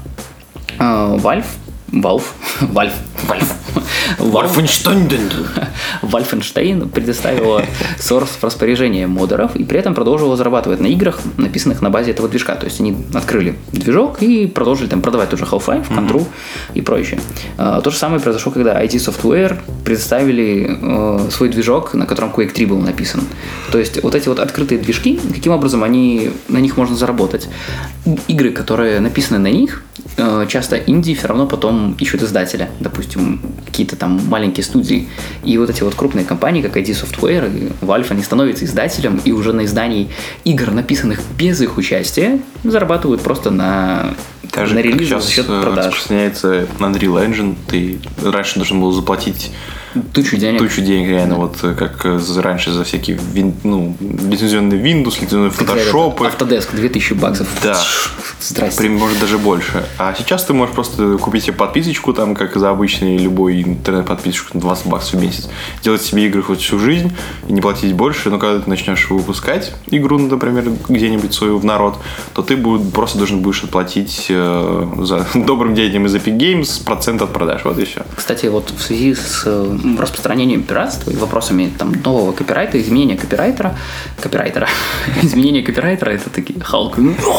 Wolfenstein предоставила Source в распоряжение модеров и при этом продолжила зарабатывать на играх, написанных на базе этого движка. То есть они открыли движок и продолжили там продавать тоже Half-Life, Control и прочее. То же самое произошло, когда IT Software представили свой движок, на котором Quake 3 был написан. То есть вот эти вот открытые движки, каким образом на них можно заработать? Игры, которые написаны на них, часто инди все равно потом ищут издателя, допустим, какие-то там маленькие студии. И вот эти вот крупные компании, как ID Software и Valve, они становятся издателем, и уже на издании игр, написанных без их участия, зарабатывают просто на релизе за счет продаж. Распространяется Unreal Engine, ты раньше должен был заплатить Тучу денег, реально, вот как раньше за всякие лицензионный Windows, лицензионный Photoshop. Autodesk, $2000. Да. Здрасте. Может, даже больше. А сейчас ты можешь просто купить себе подписочку, там, как за обычный любой интернет-подписочку, $20 в месяц, делать себе игры хоть всю жизнь и не платить больше, но когда ты начнешь выпускать игру, например, где-нибудь свою в народ, то ты просто должен будешь отплатить за добрым дядям из Epic Games процент от продаж. Вот и все. Кстати, вот в связи с распространением пиратства и вопросами там, нового копирайта, изменения копирайтера, изменение копирайтера, это такие Халк.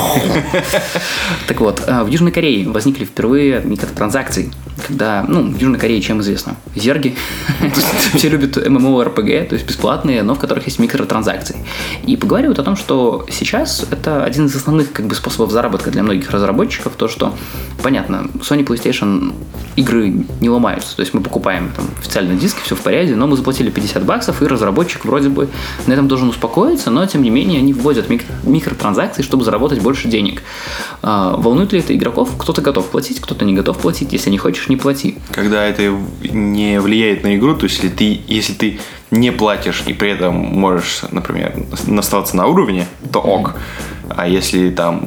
Так вот, в Южной Корее возникли впервые микротранзакции, когда, в Южной Корее чем известно? Зерги. Все любят MMORPG, то есть бесплатные, но в которых есть микротранзакции. И поговаривают о том, что сейчас это один из основных способов заработка для многих разработчиков, то, что, понятно, Sony PlayStation игры не ломаются, то есть мы покупаем там официальный диск, все в порядке, но мы заплатили $50, и разработчик вроде бы на этом должен успокоиться, но тем не менее они вводят микротранзакции, чтобы заработать больше денег. Волнует ли это игроков? Кто-то готов платить, кто-то не готов платить. Если не хочешь, не плати. Когда это не влияет на игру, то есть если ты не платишь и при этом можешь, например, оставаться на уровне, то ок. А если там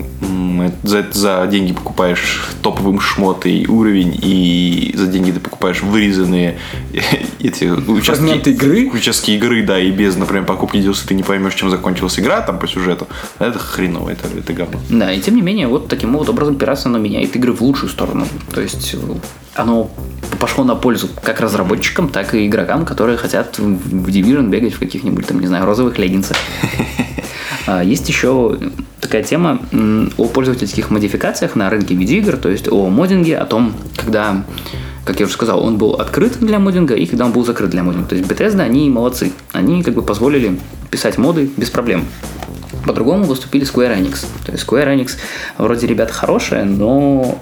за деньги покупаешь топовый шмот и уровень, и за деньги ты покупаешь вырезанные эти участки игры, да, и без, например, покупки DLC ты не поймешь, чем закончилась игра там по сюжету, это хреново, это говно. Да, и тем не менее, вот таким вот образом пиратство оно меняет игры в лучшую сторону. То есть оно пошло на пользу как разработчикам, так и игрокам, которые хотят в Division бегать в каких-нибудь там, не знаю, розовых леггинсах. Есть еще такая тема о пользовательских модификациях на рынке видеоигр, то есть о моддинге, о том, когда, как я уже сказал, он был открыт для моддинга и когда он был закрыт для моддинга. То есть Bethesda, они молодцы, они позволили писать моды без проблем. По-другому выступили Square Enix. То есть Square Enix вроде ребята хорошие, но,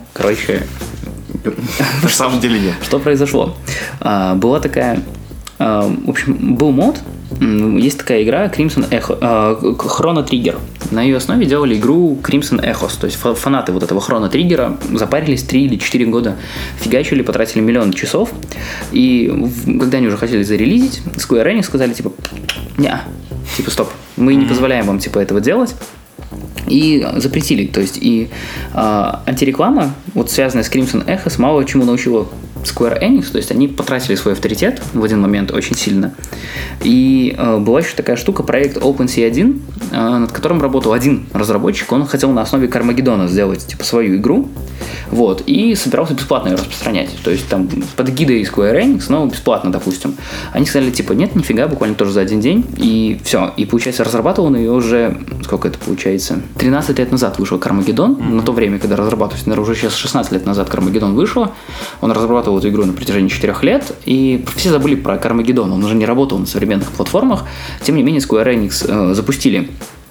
на самом деле нет. Что произошло? Была такая... В общем, был мод, есть такая игра Crimson Echo, Chrono Trigger. На ее основе делали игру Crimson Echoes. То есть фанаты вот этого Chrono Trigger запарились 3 или 4 года, фигачили, потратили миллион часов. И когда они уже хотели зарелизить, Square Enix сказали, стоп, мы не позволяем вам, этого делать. И запретили. То есть и антиреклама, вот связанная с Crimson Echoes, мало чему научила Square Enix, то есть они потратили свой авторитет в один момент очень сильно. И была еще такая штука, проект OpenSea 1, над которым работал один разработчик, он хотел на основе Кармагеддона сделать типа свою игру, вот, и собирался бесплатно ее распространять, то есть там под гидой Square Enix, но бесплатно, допустим. Они сказали, типа, нет, нифига, буквально тоже за один день, и все. И, получается, разрабатывал он ее уже, сколько это получается, 13 лет назад вышел Кармагеддон, на то время, когда разрабатывался, наверное, уже сейчас 16 лет назад Кармагеддон вышел, он разрабатывал эту игру на протяжении 4 лет, и все забыли про Кармагеддон, он уже не работал на современных платформах, тем не менее Square Enix запустили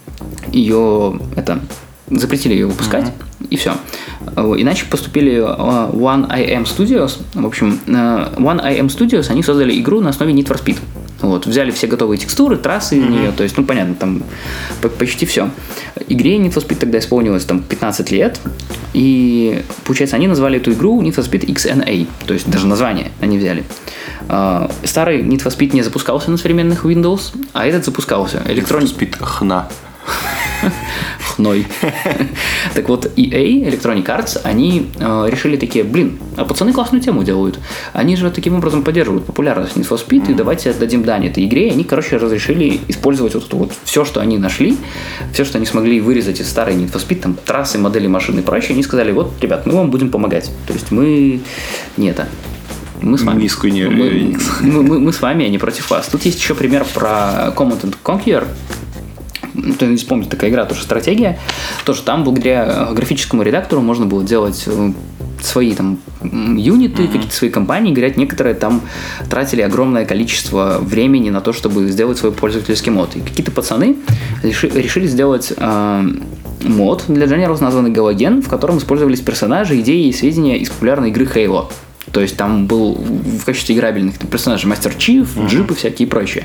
ее, запретили ее выпускать, и все. Иначе поступили One.IM Studios. В общем, One.IM Studios, они создали игру на основе Need for Speed. Вот, взяли все готовые текстуры, трассы в нее, то есть, ну, понятно, там почти все. Игре Need for Speed тогда исполнилось там 15 лет, и, получается, они назвали эту игру Need for Speed XNA, то есть даже название они взяли. Старый Need for Speed не запускался на современных Windows, а этот запускался. Need for Speed хна. Хной. Так вот, EA, Electronic Arts, они решили такие, а пацаны классную тему делают. Они же таким образом поддерживают популярность Need for Speed, и давайте отдадим дань этой игре. И они, разрешили использовать вот все, что они нашли, все, что они смогли вырезать из старой Need for Speed, там, трассы, модели машин и прочее. Они сказали, вот, ребят, мы вам будем помогать. То есть мы с вами. Мы с вами, а не против вас. Тут есть еще пример про Command & Conquer. То есть, помните, такая игра, тоже стратегия. Тоже там, благодаря графическому редактору, можно было делать свои там юниты, какие-то свои компании. Говорят, некоторые там тратили огромное количество времени на то, чтобы сделать свой пользовательский мод. И какие-то пацаны решили сделать мод для Generals, названный Галоген, в котором использовались персонажи, идеи и сведения из популярной игры Halo. То есть там был в качестве играбельных персонажей Master Chief, джипы всякие и прочее.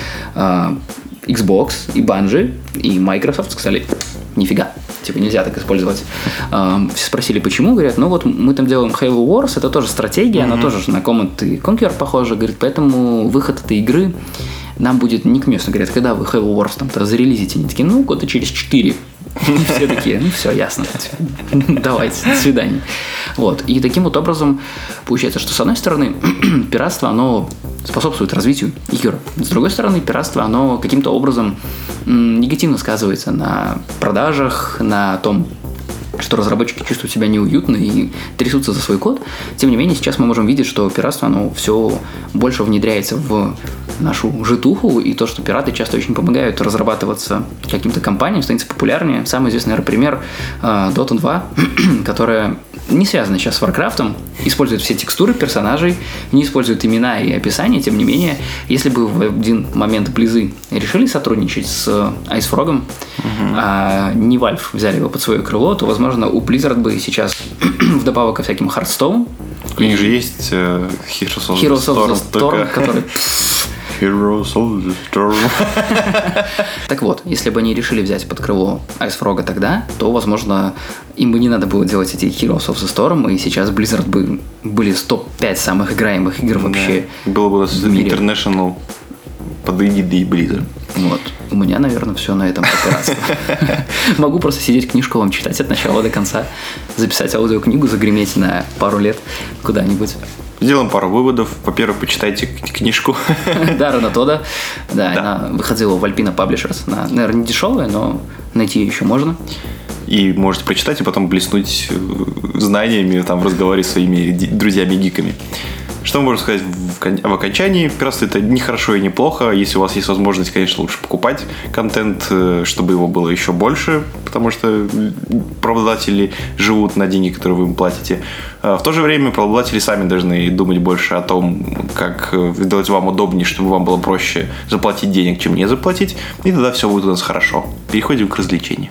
Xbox и Bungie и Microsoft сказали, нифига, типа нельзя так использовать. Все спросили, почему, говорят, ну вот мы там делаем Halo Wars, это тоже стратегия, она тоже на Command & Conquer похожа, говорит, поэтому выход этой игры нам будет не к месту. Говорят, когда вы Halo Wars там-то зарелизите? Они такие, ну, года через 4. Все такие, ну все, ясно. Давайте, до свидания. Вот. И таким вот образом получается, что с одной стороны, пиратство, оно способствует развитию игр. С другой стороны, пиратство, оно каким-то образом негативно сказывается на продажах, на том, что разработчики чувствуют себя неуютно и трясутся за свой код. Тем не менее, сейчас мы можем видеть, что пиратство, оно все больше внедряется в нашу житуху, и то, что пираты часто очень помогают разрабатываться каким-то компаниям, становится популярнее. Самый известный, наверное, пример Dota 2, которая не связана сейчас с Warcraft'ом, использует все текстуры персонажей, не использует имена и описания. Тем не менее, если бы в один момент Близы решили сотрудничать с IceFrog'ом, а не Valve взяли его под свое крыло, то, возможно, у Blizzard бы сейчас вдобавок ко всяким Hearthstone. У них же есть Heroes of the Storm, который... Heroes of the Storm. Так вот, если бы они решили взять под крыло IceFrog'a тогда, то, возможно, им бы не надо было делать эти Heroes of the Storm, и сейчас Blizzard бы были топ-5 самых играемых игр вообще. Было бы у нас International под эгидой Blizzard. Вот. У меня, наверное, все на этом по пиратству. Могу просто сидеть, книжку вам читать от начала до конца, записать аудиокнигу, загреметь на пару лет куда-нибудь. Сделаем пару выводов. Во-первых, почитайте книжку. Да, Ронатода. Да, она выходила в Alpina Publishers. Она, наверное, не дешевая, но найти ее еще можно. И можете прочитать, и потом блеснуть знаниями там, в разговоре с своими друзьями-гиками. Что мы можем сказать в окончании? Пиратство — это не хорошо и не плохо. Если у вас есть возможность, конечно, лучше покупать контент, чтобы его было еще больше, потому что правообладатели живут на деньги, которые вы им платите. В то же время правообладатели сами должны думать больше о том, как сделать вам удобнее, чтобы вам было проще заплатить денег, чем не заплатить. И тогда все будет у нас хорошо. Переходим к развлечению.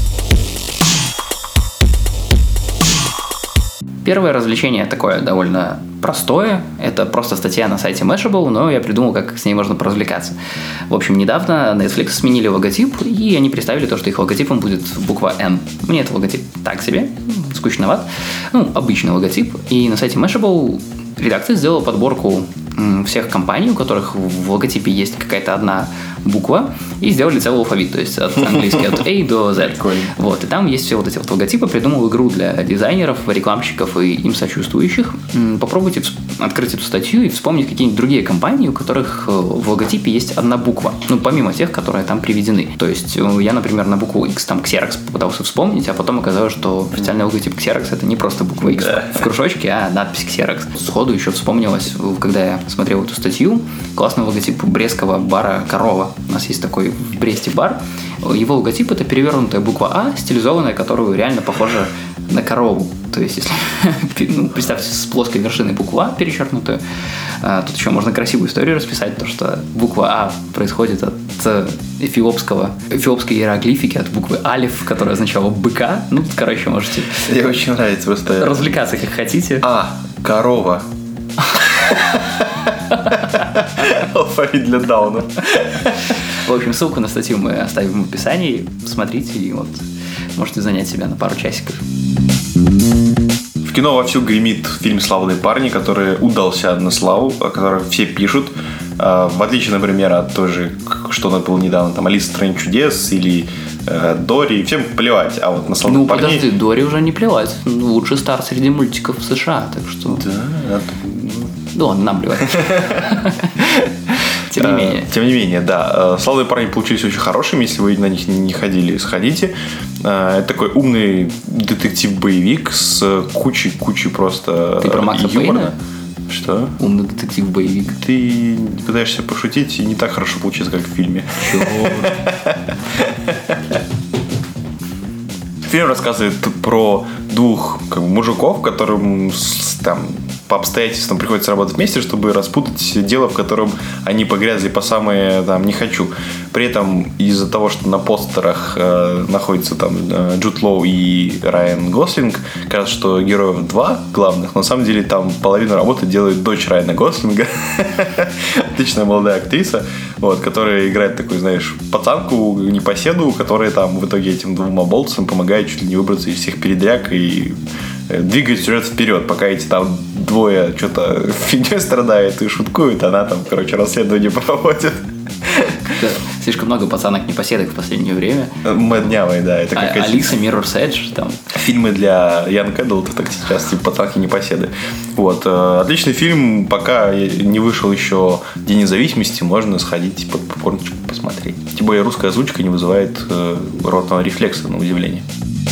Первое развлечение такое довольно простое. Это просто статья на сайте Mashable, но я придумал, как с ней можно поразвлекаться. В общем, недавно Netflix сменили логотип, и они представили то, что их логотипом будет буква N. Мне этот логотип так себе, скучноват. Ну, обычный логотип. И на сайте Mashable редакция сделала подборку всех компаний, у которых в логотипе есть какая-то одна буква, и сделали целый алфавит, то есть от английский от A до Z. Вот, и там есть все вот эти вот логотипы. Придумал игру для дизайнеров, рекламщиков и им сочувствующих. Попробуйте открыть эту статью и вспомнить какие-нибудь другие компании, у которых в логотипе есть одна буква. Ну, помимо тех, которые там приведены. То есть я, например, на букву X там Xerox попытался вспомнить, а потом оказалось, что официальный логотип Xerox это не просто буква X в кружочке, а надпись Xerox. Сходу еще вспомнилось, когда я смотрел эту статью, классный логотип брестского бара «Корова». У нас есть такой в Бресте бар. Его логотип это перевернутая буква А, стилизованная, которую реально похожа на корову. То есть, если представьте с плоской вершиной буква А перечеркнутую, тут еще можно красивую историю расписать, то что буква А происходит от эфиопской иероглифики, от буквы Алиф, которая означала быка. Ну, короче, можете мне очень нравится просто развлекаться как хотите. Корова. Алфавит для даунов. В общем, ссылку на статью мы оставим в описании. Смотрите, и вот можете занять себя на пару часиков. В кино вовсю гремит фильм «Славные парни», который удался на славу, о котором все пишут. В отличие, например, от той же, что было недавно, там «Алиса в стране чудес» или «Дори». Всем плевать, а вот на «Славных парней». Ну, подожди, «Дори» уже не плевать. Лучший старт среди мультиков в США, так что... Да, ладно, нам плевать. Тем не менее, да. «Славные парни» получились очень хорошими. Если вы на них не ходили, сходите. Это такой умный детектив-боевик с кучей просто Ты про Макса Пейна? Что? Умный детектив-боевик. Ты пытаешься пошутить, и не так хорошо получится, как в фильме. Фильм рассказывает про двух мужиков, которым там по обстоятельствам приходится работать вместе, чтобы распутать дело, в котором они погрязли по самые там не хочу. При этом из-за того, что на постерах находятся там Джуд Лоу и Райан Гослинг, кажется, что героев два главных, но на самом деле там половину работы делает дочь Райана Гослинга. Отличная молодая актриса, которая играет такую, знаешь, пацанку, непоседу, которая там в итоге этим двум оболтусам помогает чуть ли не выбраться из всех передряг и двигает сюжет вперед, пока эти там двое что-то фигней страдают и шуткуют, она там, расследование проводит. Слишком много пацанок-непоседок в последнее время. Моднявые, да. Это как Алиса, Mirror's Edge. Там. Фильмы для Young Adult, так сейчас, типа пацанки-непоседы. Отличный фильм. Пока не вышел еще День независимости, можно сходить под попкорнчик посмотреть. Тем более русская озвучка не вызывает ротного рефлекса, на удивление.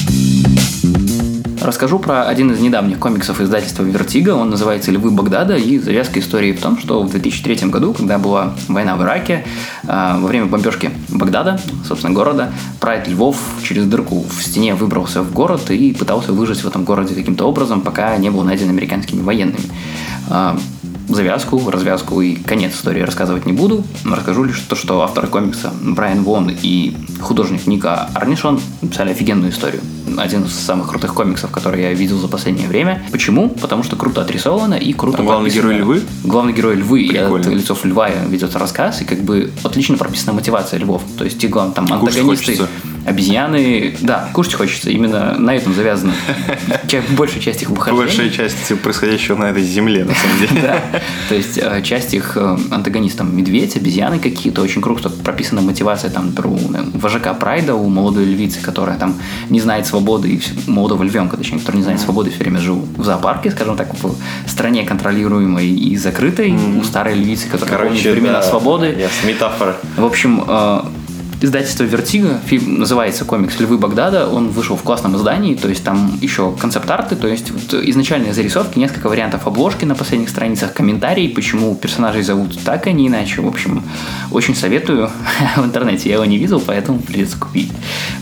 Расскажу про один из недавних комиксов издательства Vertigo. Он называется «Львы Багдада», и завязка истории в том, что в 2003 году, когда была война в Ираке, во время бомбежки Багдада, собственно, города, прайд львов через дырку в стене выбрался в город и пытался выжить в этом городе каким-то образом, пока не был найден американскими военными. Завязку, развязку и конец истории рассказывать не буду. Расскажу лишь то, что авторы комикса Брайан Вон и художник Ника Арнишон написали офигенную историю. Один из самых крутых комиксов, которые я видел за последнее время. Почему? Потому что круто отрисовано и круто главный герой львы? Главный герой львы. Прикольно. И от лицов льва ведет рассказ, и отлично прописана мотивация львов. То есть, там антагонисты, обезьяны. Да, кушать хочется. Именно на этом завязано большая часть их выхождений. Большая часть происходящего на этой земле, на самом деле. Да. То есть, часть их антагонистов медведь, обезьяны какие-то. Очень круто прописана мотивация например, у вожака Прайда, у молодой львицы, которая там не знает свободы, и молодого львенка, точнее, который не знает свободы, все время жил в зоопарке, скажем так, в стране контролируемой и закрытой, у старой львицы, которая помнит времена свободы. Метафора. В общем, издательство Vertigo, фильм называется комикс «Львы Багдада», он вышел в классном издании, то есть там еще концепт-арты, то есть изначальные зарисовки, несколько вариантов обложки на последних страницах, комментарии, почему персонажей зовут так, а не иначе. В общем, очень советую в интернете, я его не видел, поэтому придется купить.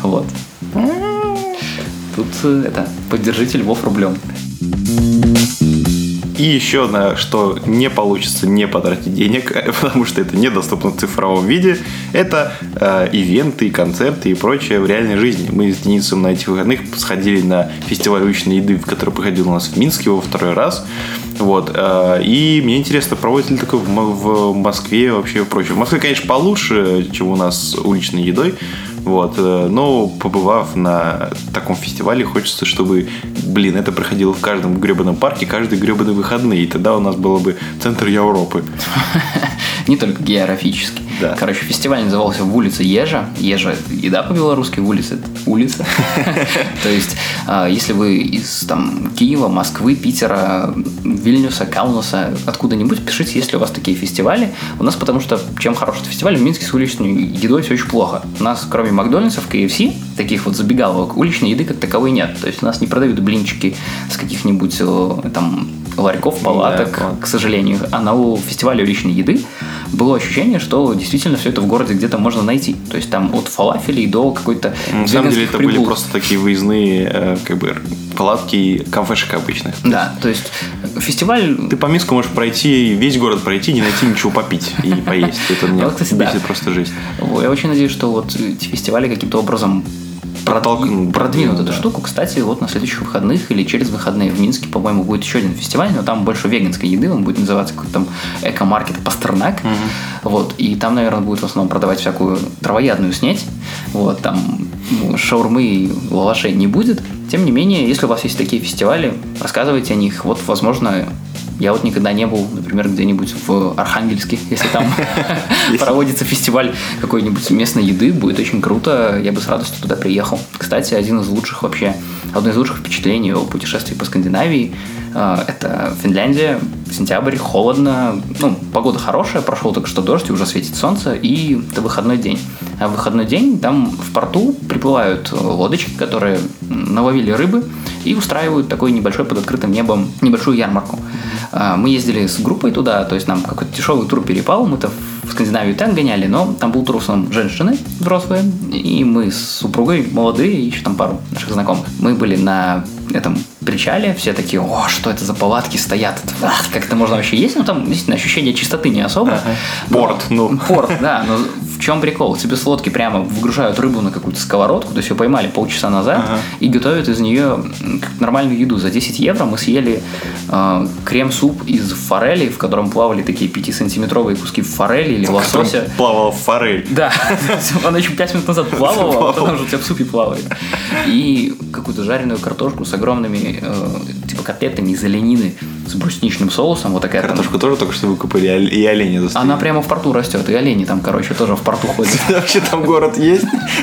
Тут поддержите львов рублем. И еще одно, что не получится не потратить денег, потому что это недоступно в цифровом виде, это ивенты, концерты и прочее в реальной жизни. Мы с Денисом на этих выходных сходили на фестиваль уличной еды, который проходил у нас в Минске во второй раз. И мне интересно, проводят ли такое в Москве вообще и прочее. В Москве, конечно, получше, чем у нас с уличной едой. Но побывав на таком фестивале, хочется, чтобы, это проходило в каждом гребаном парке, каждые гребаные выходные. И тогда у нас было бы центр Европы. Не только географически. Да. Короче, фестиваль назывался «В улице Ежа». Ежа – еда по-белорусски, улица – улица. То есть, если вы из там Киева, Москвы, Питера, Вильнюса, Каунаса, откуда-нибудь, пишите, есть ли у вас такие фестивали. У нас, потому что, чем хороший фестиваль, в Минске с уличной едой все очень плохо. У нас, кроме Макдональдсов, KFC, таких вот забегаловок, уличной еды как таковой нет. То есть, у нас не продают блинчики с каких-нибудь там ларьков, палаток, да, к сожалению. А на фестивале уличной еды было ощущение, что действительно все это в городе где-то можно найти. То есть там от фалафелей до какой-то на самом деле это были просто такие выездные как бы палатки и кафешек обычных. Да, то есть фестиваль... Ты по Минску можешь пройти, весь город пройти, не найти ничего попить и поесть. Это меня бесит просто жесть. Я очень надеюсь, что вот эти фестивали каким-то образом продвинут эту штуку. Кстати, вот на следующих выходных или через выходные в Минске, по-моему, будет еще один фестиваль, но там больше веганской еды, он будет называться какой-то там эко-маркет Пастернак. Вот, и там, наверное, будет в основном продавать всякую травоядную снеть. Вот, там шаурмы и лавашей не будет. Тем не менее, если у вас есть такие фестивали, рассказывайте о них. Вот, возможно, я вот никогда не был, например, где-нибудь в Архангельске, если там проводится фестиваль какой-нибудь местной еды, будет очень круто, я бы с радостью туда приехал. Кстати, одно из лучших впечатлений о путешествии по Скандинавии – это Финляндия, сентябрь, холодно, погода хорошая, прошел только что дождь, и уже светит солнце, и это выходной день. А в выходной день там в порту приплывают лодочки, которые наловили рыбы, и устраивают такой небольшой под открытым небом небольшую ярмарку. Мы ездили с группой туда, то есть нам какой-то дешевый тур перепал, мы-то в Скандинавию так гоняли, но там был тур в основном женщины взрослые, и мы с супругой молодые, и еще там пару наших знакомых. Мы были на этом причале, все такие: о, что это за палатки стоят, как это можно вообще есть? Там действительно ощущение чистоты не особо. Порт, Порт, да, но в чем прикол? Тебе с лодки прямо выгружают рыбу на какую-то сковородку, то есть ее поймали полчаса назад, и готовят из нее нормальную еду. За 10 евро мы съели крем-суп из форели, в котором плавали такие 5-сантиметровые куски форели или лосося. Плавала форель. Да, она еще 5 минут назад плавала, а потом уже у тебя в супе плавает. И какую-то жареную картошку с огромными типа котлетами из оленины с брусничным соусом. Вот такая. Картошку тоже только что выкупали, и оленя застыли. Она прямо в порту растет, и олени там, тоже в порту ходят. Вообще там город есть?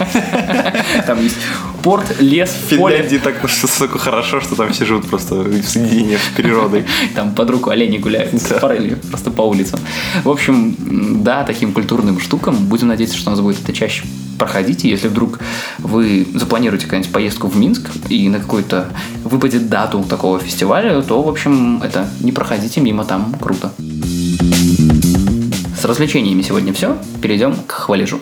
Там есть порт, лес, поле. В Финляндии так хорошо, что там все живут просто в соединении с природой. Там под руку олени гуляют с форелью просто по улицам. В общем, да, таким культурным штукам будем надеяться, что у нас будет это чаще проходить. И если вдруг вы запланируете какую-нибудь поездку в Минск и на какой-то выпадет дату такого фестиваля, то, в общем, это не проходите мимо, там круто. С развлечениями сегодня все. Перейдем к хвалежу.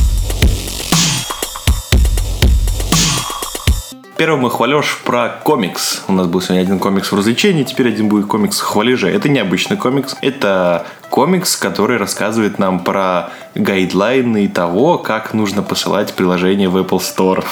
Первый мой хвалеж про комикс. У нас был сегодня один комикс в развлечении, теперь один будет комикс в хвалеже. Это необычный комикс. Это комикс, который рассказывает нам про гайдлайны того, как нужно посылать приложение в Apple Store.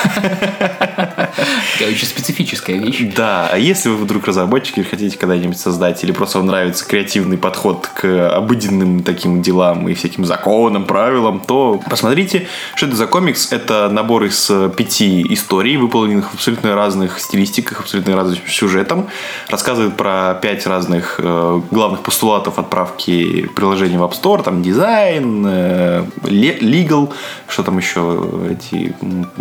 Это очень специфическая вещь. Да, а если вы вдруг разработчик или хотите когда-нибудь создать, или просто вам нравится креативный подход к обыденным таким делам и всяким законам, правилам, то посмотрите, что это за комикс. Это набор из 5 историй, выполненных в абсолютно разных стилистиках, абсолютно разным сюжетом. Рассказывает про 5 разных главных постулатов отправки приложения в App Store. Там дизайн, legal, что там еще, эти...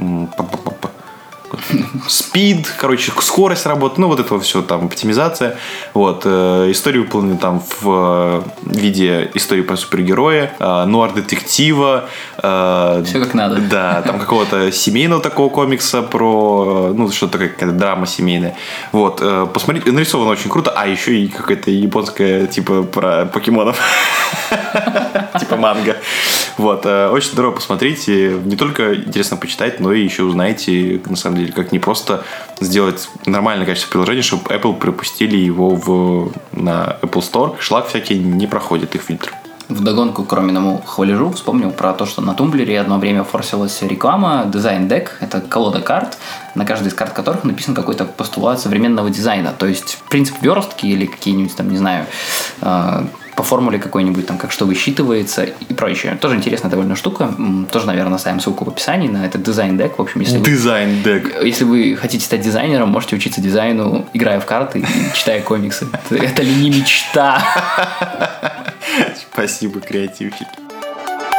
Speed, короче, скорость работы, вот это все, там, оптимизация. Вот, истории выполнены там в виде истории про супергероя, нуар-детектива. Все как надо. Да, там какого-то семейного такого комикса про, что-то такое, какая-то драма семейная. Вот, посмотрите, нарисовано очень круто, а еще и какая-то японская, типа, про покемонов. Типа манга. Вот, очень здорово посмотреть. Не только интересно почитать, но и еще узнаете, на самом деле, как не просто сделать нормальное качество приложения, чтобы Apple пропустили его на Apple Store. Шлак всякий не проходит их фильтр. Вдогонку к Роминому хвалежу вспомнил про то, что на Тумблере одно время форсилась реклама Design Deck. Это колода карт, на каждой из карт которых написан какой-то постулат современного дизайна. То есть принцип верстки или какие-нибудь там, не знаю, по формуле какой-нибудь, там, как что высчитывается и прочее. Тоже интересная довольно штука. Тоже, наверное, оставим ссылку в описании на этот дизайн-дек. В общем, если вы хотите стать дизайнером, можете учиться дизайну, играя в карты и читая комиксы. Это ли не мечта? Спасибо, креативщики.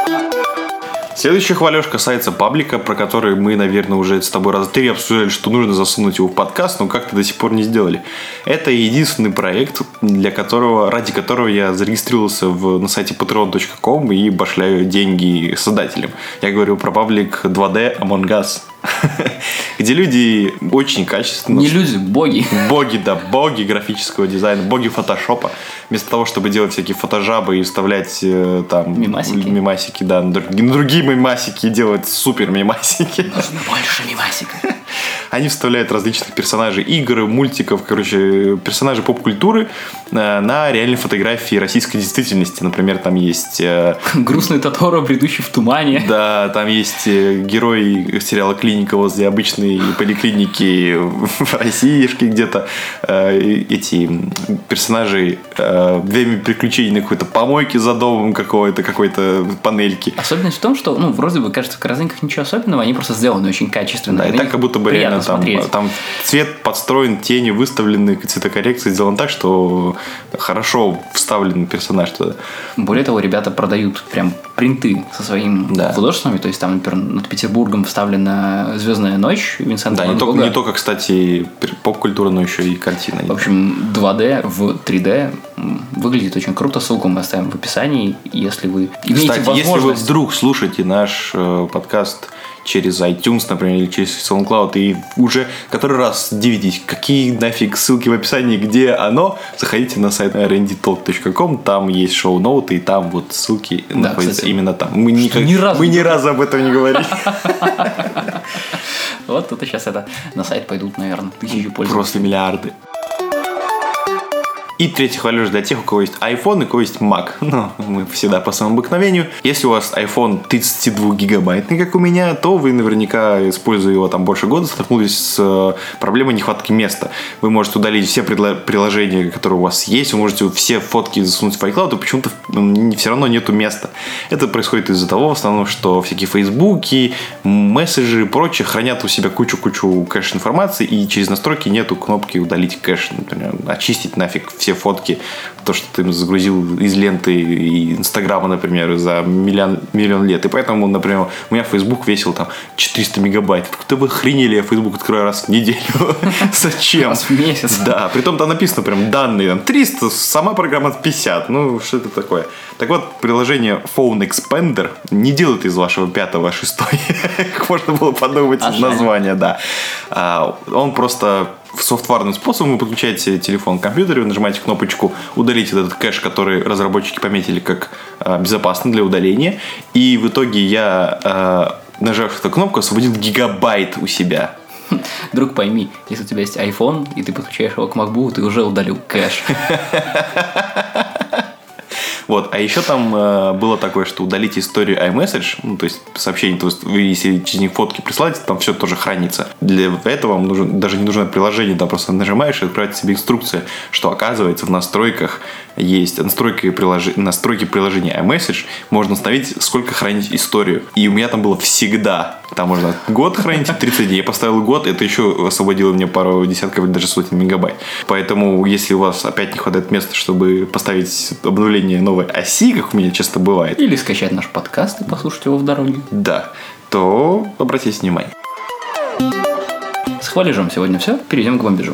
Следующая хвалеж касается паблика, про который мы, наверное, уже с тобой раза 3 обсуждали, что нужно засунуть его в подкаст, но как-то до сих пор не сделали. Это единственный проект, ради которого я зарегистрировался на сайте patreon.com и башляю деньги создателям. Я говорю про паблик 2D Among Us. Где люди очень качественно... Не люди, боги. Боги графического дизайна, боги фотошопа. Вместо того, чтобы делать всякие фотожабы и вставлять там... Мемасики, да. На другие мемасики и делать супер мемасики. Нужно больше мемасиков. Они вставляют различных персонажей игр, мультиков, персонажей поп-культуры на реальные фотографии российской действительности. Например, там есть... Грустный Тоторо, бредущий в тумане. Да, там есть герой сериала «Клиника» возле обычной поликлиники в Россиишке где-то. Эти персонажи время приключений на какой-то помойке за домом какой-то панельки. Особенность в том, что, вроде бы, кажется, в картинках ничего особенного, они просто сделаны очень качественно. Да, и так как будто бы реально там цвет подстроен, тени выставлены, цветокоррекция сделана так, что хорошо вставлен персонаж туда. Более того, ребята продают прям принты со своими художествами, то есть там, например, над Петербургом вставлена «Звездная ночь» Винсента Ван Гога. Не только, кстати, поп-культура, но еще и картина. В общем, 2D в 3D выглядит очень круто. Ссылку мы оставим в описании, если вы имеете возможность... Если вы вдруг слушаете наш подкаст через iTunes, например, или через SoundCloud, и уже который раз дивитесь, какие нафиг ссылки в описании, где оно, заходите на сайт rndtalk.com, там есть шоу-ноуты, и там вот ссылки находятся именно там. Мы ни разу об этом не говорили. Вот это сейчас на сайт пойдут, наверное, 1000 пользователей. Просто миллиарды. И третий хвалеж для тех, у кого есть iPhone и у кого есть Mac. Мы всегда по своему обыкновению. Если у вас iPhone 32-гигабайтный, как у меня, то вы наверняка, используя его там больше года, столкнулись с проблемой нехватки места. Вы можете удалить все приложения, которые у вас есть, вы можете все фотки засунуть в iCloud, и почему-то все равно нету места. Это происходит из-за того, в основном, что всякие фейсбуки, мессенджеры и прочее хранят у себя кучу кэш-информации, и через настройки нету кнопки удалить кэш, например, очистить нафиг все фотки, то, что ты загрузил из ленты и Инстаграма, например, за миллион лет. И поэтому, например, у меня Facebook весил там 400 мегабайт. Как-то вы охренели, я Facebook открою раз в неделю. Зачем? Раз в месяц. Да, притом там написано прям данные, там 300, сама программа 50. Что это такое? Так вот, приложение Phone Expander не делает из вашего 5-го 6-й. Как можно было подумать из названия, да. Он просто софтварным способом вы подключаете телефон к компьютеру, нажимаете кнопочку «Удалить этот кэш», который разработчики пометили как безопасный для удаления. И в итоге я, нажав эту кнопку, освободил гигабайт у себя. Друг, пойми, если у тебя есть iPhone, и ты подключаешь его к MacBook, ты уже удалил кэш. Вот, а еще там было такое, что удалить историю iMessage, то есть сообщение, то есть вы, если через них фотки присылаете, там все тоже хранится. Для этого вам даже не нужно приложение, там просто нажимаешь и открывается себе инструкция, что оказывается в настройках есть настройки приложения iMessage, можно установить, сколько хранить историю. И у меня там было всегда. Там можно год хранить, 30 дней. Я поставил год, это еще освободило мне пару десятков или даже сотен мегабайт. Поэтому, если у вас опять не хватает места, чтобы поставить обновление новой оси, как у меня часто бывает, или скачать наш подкаст и послушать его в дороге, да, то обратите внимание. С хвалежом сегодня все. Перейдем к бомбежу.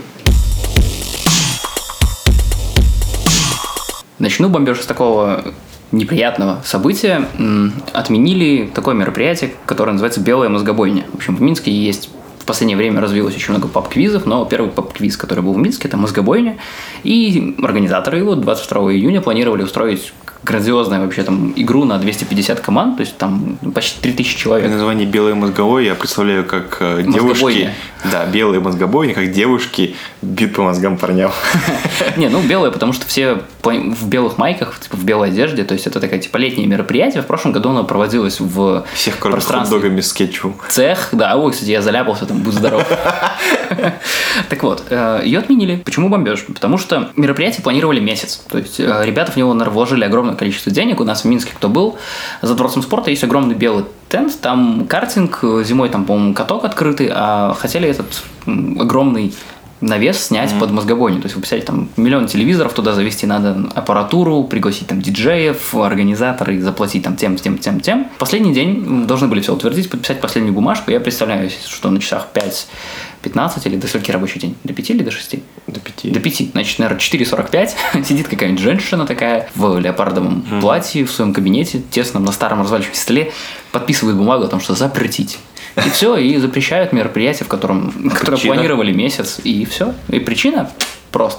Начну бомбеж с такого неприятного события. Отменили такое мероприятие, которое называется «Белая мозгобойня». В общем, в Минске есть... В последнее время развилось очень много паб-квизов, но первый паб-квиз, который был в Минске, это «Мозгобойня». И организаторы его 22 июня планировали устроить грандиозную вообще там игру на 250 команд, то есть там почти 3000 человек. Название «Белое мозговое» я представляю, как девушки... Да, белые мозгобойни, как девушки бьют по мозгам парням. Не, белое, потому что все в белых майках, типа в белой одежде, то есть это такое типа летнее мероприятие. В прошлом году оно проводилось в всех кроме хот-догами с кетчупом. Цех, да, кстати, я заляпался, там, будь здоров. Так вот, ее отменили. Почему бомбеж? Потому что мероприятие планировали месяц. То есть ребята в него вложили огромное количество денег. У нас в Минске, кто был, за Дворцом спорта есть огромный белый тент, там картинг, зимой там, по-моему, каток открытый, а хотели этот огромный навес снять под мозгобойню. То есть вы представляете, там миллион телевизоров, туда завести надо аппаратуру, пригласить там диджеев, организаторы, заплатить там тем. Последний день должны были все утвердить, подписать последнюю бумажку. Я представляю, что на часах 5:15 или до скольки рабочий день? До 5 или до 6? До 5. До 5. Значит, наверное, 4:45 сидит какая-нибудь женщина такая в леопардовом платье в своем кабинете, тесном, на старом разваливающемся столе, подписывает бумагу о том, что запретить. И все, и запрещают мероприятие, которое планировали месяц, и все. И причина просто.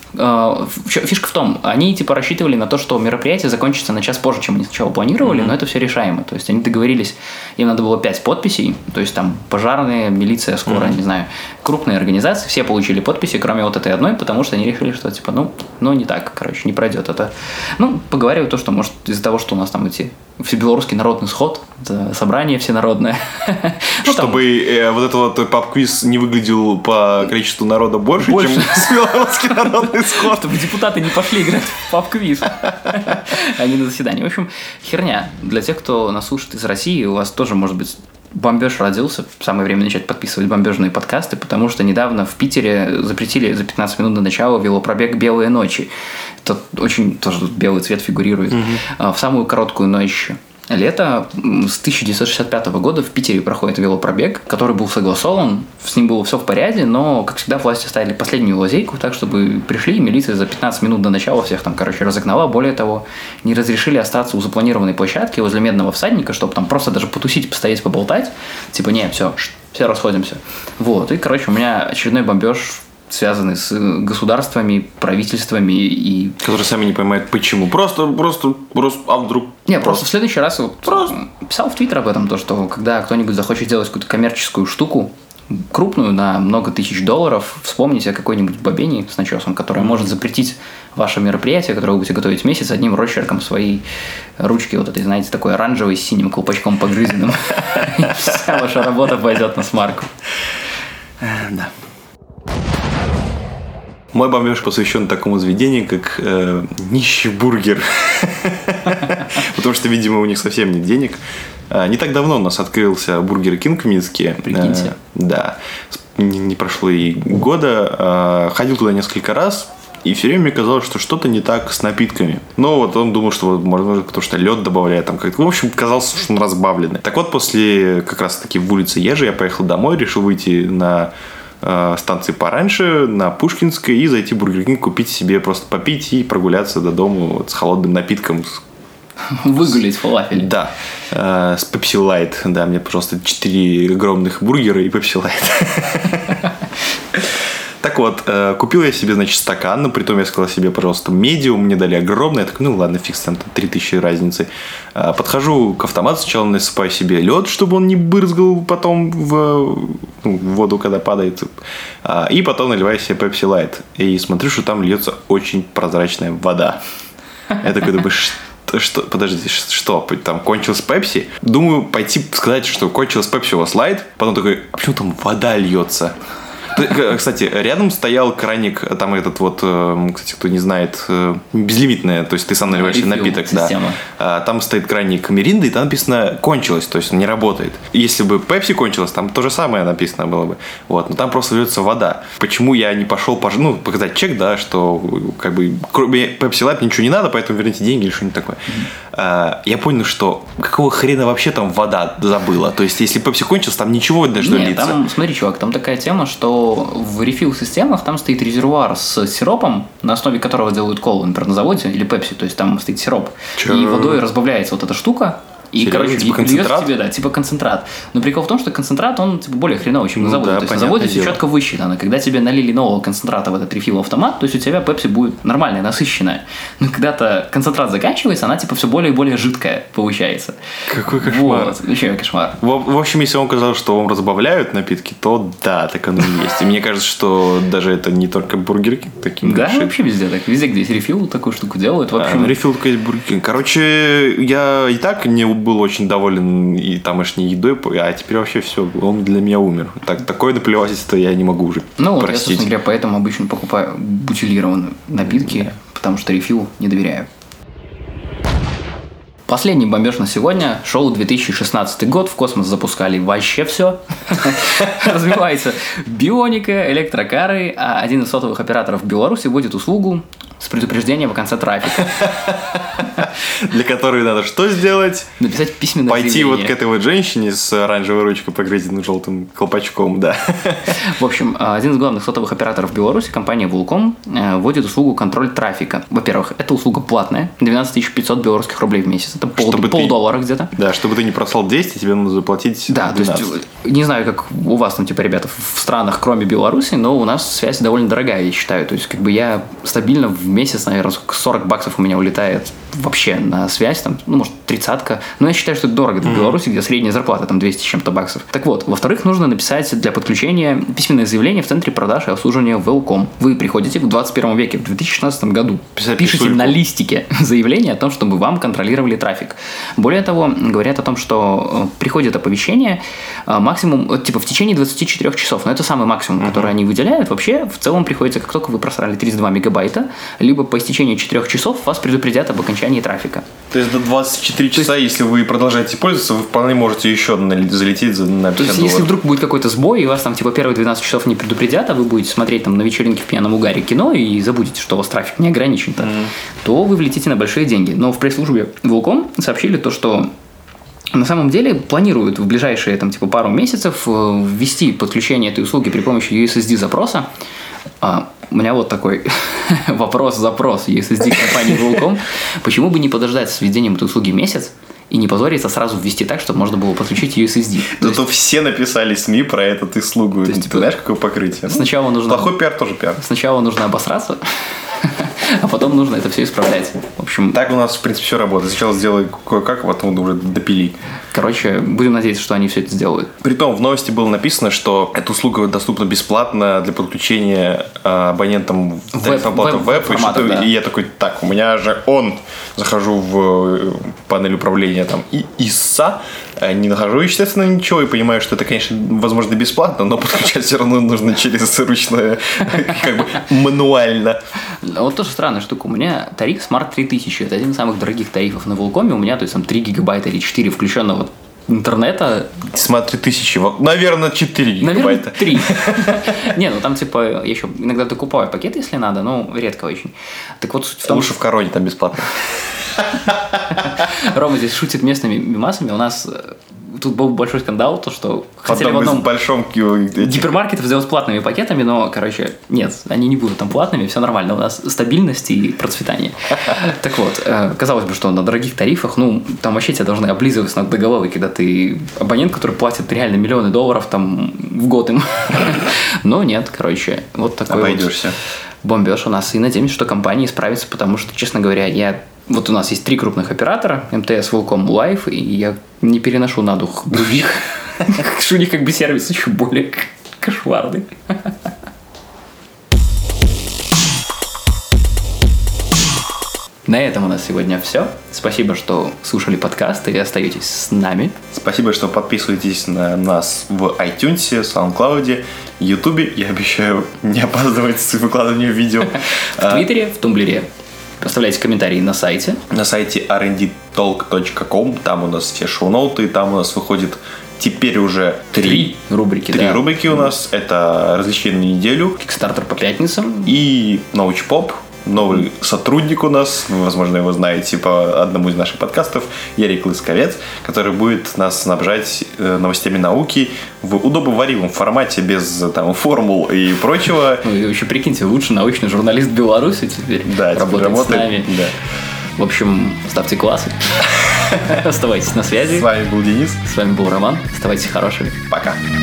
Фишка в том, они типа рассчитывали на то, что мероприятие закончится на час позже, чем они сначала планировали, но это все решаемо. То есть они договорились, им надо было 5 подписей, то есть там пожарные, милиция, скорая, не знаю, крупные организации, все получили подписи, кроме вот этой одной, потому что они решили, что типа, ну не так, короче, не пройдет это. Поговаривают то, что может из-за того, что у нас там Всебелорусский народный сход, это собрание всенародное. Чтобы вот этот вот паб-квиз не выглядел по количеству народа больше. Чем Всебелорусский народный сход. Чтобы депутаты не пошли играть в паб-квиз, а не на заседание. В общем, херня. Для тех, кто нас слушает из России, у вас тоже, может быть, бомбеж родился. Самое время начать подписывать бомбежные подкасты, потому что недавно в Питере запретили за 15 минут до начала велопробег «Белые ночи». Это очень тоже тут белый цвет фигурирует. В самую короткую ночь лета с 1965 года в Питере проходит велопробег, который был согласован, с ним было все в порядке, но, как всегда, власти ставили последнюю лазейку, так, чтобы пришли, и милиция за 15 минут до начала всех там, разогнала. Более того, не разрешили остаться у запланированной площадки возле Медного всадника, чтобы там просто даже потусить, постоять, поболтать. Типа, не, все расходимся. Вот, и, у меня очередной бомбеж, связанный с государствами, правительствами и... Которые сами не понимают, почему. Просто, а вдруг... Не, просто в следующий раз писал в Твиттер об этом, то, что когда кто-нибудь захочет сделать какую-то коммерческую штуку, крупную, на много тысяч долларов, вспомните о какой-нибудь бабени с начесом, которая может запретить ваше мероприятие, которое вы будете готовить месяц, одним росчерком своей ручки, вот этой, знаете, такой оранжевой с синим колпачком погрызенным. Вся ваша работа пойдет на смарку. Да. Мой бомбеж посвящен такому заведению, как нищий бургер. Потому что, видимо, у них совсем нет денег. Не так давно у нас открылся Бургер Кинг в Минске. Прикиньте. Да. Не прошло и года. Ходил туда несколько раз. И все время мне казалось, что что-то не так с напитками. Но вот он думал, что, может, кто что лед добавляет. Там как-то. В общем, казалось, что он разбавленный. Так вот, после как раз-таки в улице Ежи я поехал домой, решил выйти на станции пораньше, на Пушкинской, и зайти в Бургер Кинг, купить себе просто попить и прогуляться до дома вот с холодным напитком. Выгулить фалафель. Да, с Pepsi Light. Да, мне просто 4 огромных бургера и Pepsi Light. Так вот, купил я себе, значит, стакан, но притом я сказал себе, пожалуйста, медиум, мне дали огромный. Я такой, ну ладно, фиг, там 3000 разницы. Подхожу к автомату, сначала насыпаю себе лед, чтобы он не брызгал потом в воду, когда падает. И потом наливаю себе Pepsi Light. И смотрю, что там льется очень прозрачная вода. Я такой думаю, что, подождите, что, там кончилась Пепси? Думаю, пойти сказать, что кончилась Пепси у вас Light. Потом такой, а почему там вода льется? Кстати, рядом стоял краник, там этот вот, кстати, кто не знает, безлимитная, то есть ты сам наливаешь себе напиток. Да. Там стоит краник Миринды, и там написано «кончилось», то есть он не работает. Если бы Пепси кончилась, там то же самое написано было бы. Вот, но там просто льется вода. Почему я не пошел показать чек, да, что как бы кроме Pepsi Light ничего не надо, поэтому верните деньги или что-нибудь такое. Я понял, что какого хрена вообще там вода забыла. То есть, если Пепси кончилась, там ничего даже не льется. Там, смотри, чувак, там такая тема, что в рефил-системах там стоит резервуар с сиропом, на основе которого делают колу, например, на заводе, или Пепси, то есть там стоит сироп. И водой разбавляется вот эта штука. И, серьезно? Типа концентрат? Тебе, да, типа концентрат. Но прикол в том, что концентрат, он типа более хреновый, чем на заводе. Да, то есть на заводе все четко высчитано. Когда тебе налили нового концентрата в этот рефил-автомат, то есть у тебя Пепси будет нормальная, насыщенная. Но когда-то концентрат заканчивается, она типа все более и более жидкая получается. Какой кошмар. Вот, вообще кошмар. В общем, если он сказал, что вам разбавляют напитки, то да, так оно и есть. И мне кажется, что даже это не только Бургер Кинг таким. Да, вообще везде так. Везде, где есть рефил, такую штуку делают. В общем... Рефил только есть Бургер Кинг. Короче, я и так не был очень доволен и тамошней едой, а теперь вообще все, он для меня умер. Такое наплевательство я не могу уже простить. Я, собственно говоря, поэтому обычно покупаю бутилированные напитки, потому что рефил не доверяю. Последний бомбеж на сегодня. Шоу 2016 год. В космос запускали вообще все. Развивается бионика, электрокары, а один из сотовых операторов в Беларуси вводит услугу с предупреждением о конце трафика. Для которой надо что сделать? Написать письменное Пойти заявление. вот к этой вот женщине с оранжевой ручкой, покрытиной желтым колпачком, да. В общем, один из главных сотовых операторов в Беларуси, компания Vulcom, вводит услугу контроль трафика. Во-первых, эта услуга платная, 12 500 белорусских рублей в месяц. Это $0.50 где-то. Да, чтобы ты не просрал 200, тебе нужно заплатить 12. Да, то есть, не знаю, как у вас там, типа, ребята, в странах, кроме Беларуси, но у нас связь довольно дорогая, я считаю. То есть, как бы я стабильно в месяц, наверное, $40 у меня улетает вообще на связь, там, ну, может, 30-ка. Но я считаю, что это дорого для Беларуси, где средняя зарплата там 200 с чем-то баксов. Так вот, во-вторых, нужно написать для подключения письменное заявление в центре продаж и обслуживания Welcome. Вы приходите в 21 веке, в 2016 году, пишите на листике заявление о том, чтобы вам контролировали трафик. Более того, говорят о том, что приходит оповещение максимум, типа, в течение 24 часов. Но это самый максимум, который они выделяют. Вообще, в целом приходится, как только вы просрали 32 мегабайта, либо по истечении 4 часов вас предупредят об окончании трафика. То есть до 24 часа, если вы продолжаете пользоваться, вы вполне можете еще залететь на $50. То есть, если вдруг будет какой-то сбой, и вас там, типа, первые 12 часов не предупредят, а вы будете смотреть там на вечеринке в пьяном угаре кино и забудете, что у вас трафик не ограничен, то вы влетите на большие деньги. Но в пресс-службе Vulcom сообщили то, что на самом деле планируют в ближайшие там, типа, пару месяцев ввести подключение этой услуги при помощи USSD запроса. У меня вот такой вопрос-запрос USSD компании Vulcom. Почему бы не подождать с введением этой услуги месяц и не позориться, сразу ввести так, чтобы можно было подключить USSD? Зато все написали СМИ про эту услугу. То есть, ты знаешь, какое покрытие? Сначала нужно... Плохой пиар тоже пиар. Сначала нужно обосраться, а потом нужно это все исправлять. В общем... Так у нас, в принципе, все работает. Сначала сделай кое-как, а потом уже допили. Короче, будем надеяться, что они все это сделают. Притом в новости было написано, что эта услуга доступна бесплатно для подключения абонентам тарифоплаты веб. И я такой, так, у меня же захожу в панель управления там и ИСА, не нахожу, естественно, ничего, и понимаю, что это, конечно, возможно, бесплатно, но подключать все равно нужно через ручное, как бы мануально. Вот тоже странная штука. У меня тариф Smart 3000. Это один из самых дорогих тарифов на Vulcom. У меня, то есть, там 3 гигабайта или 4 включенного интернета. Smart 3000. Наверное, 4 гигабайта. Наверное, 3. Не, ну там, типа, я еще иногда докупаю пакет, если надо, но редко очень. Так вот, суть в том, лучше в Короне, там бесплатно. Рома здесь шутит местными мемасами. У нас тут был большой скандал, то что хотели в одном большом гипермаркетов сделать платными пакетами, но, короче, нет, они не будут там платными, все нормально, у нас стабильность и процветание. Так вот, казалось бы, что на дорогих тарифах, ну, там вообще тебя должны облизывать с ног до головы, когда ты абонент, который платит реально миллионы долларов там в год им. Но нет, короче, вот такой обойдешься. Вот бомбеж у нас, и надеемся, что компания исправится, потому что, честно говоря, вот у нас есть 3 крупных оператора, МТС, Vulcom, Life, и я не переношу на дух других. У них как бы сервис еще более кошмарный. На этом у нас сегодня все. Спасибо, что слушали подкаст и остаетесь с нами. Спасибо, что подписываетесь на нас в iTunes, SoundCloud, YouTube. Я обещаю не опаздывать с выкладыванием видео. В Твиттере, в Тумблере. Оставляйте комментарии на сайте. На сайте rndtalk.com. Там у нас все шоу-ноуты. Там у нас выходит теперь уже 3 рубрики. 3 рубрики у нас. Это развлечения на неделю. Кикстартер по пятницам. И научпоп. Новый сотрудник у нас, вы, возможно, его знаете по одному из наших подкастов, Ярик Лысковец, который будет нас снабжать новостями науки в удобоваримом формате, без там формул и прочего. Ну и вообще, прикиньте, лучший научный журналист Беларуси теперь работает с нами. Да. В общем, ставьте классы. Оставайтесь на связи. С вами был Денис. С вами был Роман. Оставайтесь хорошими. Пока.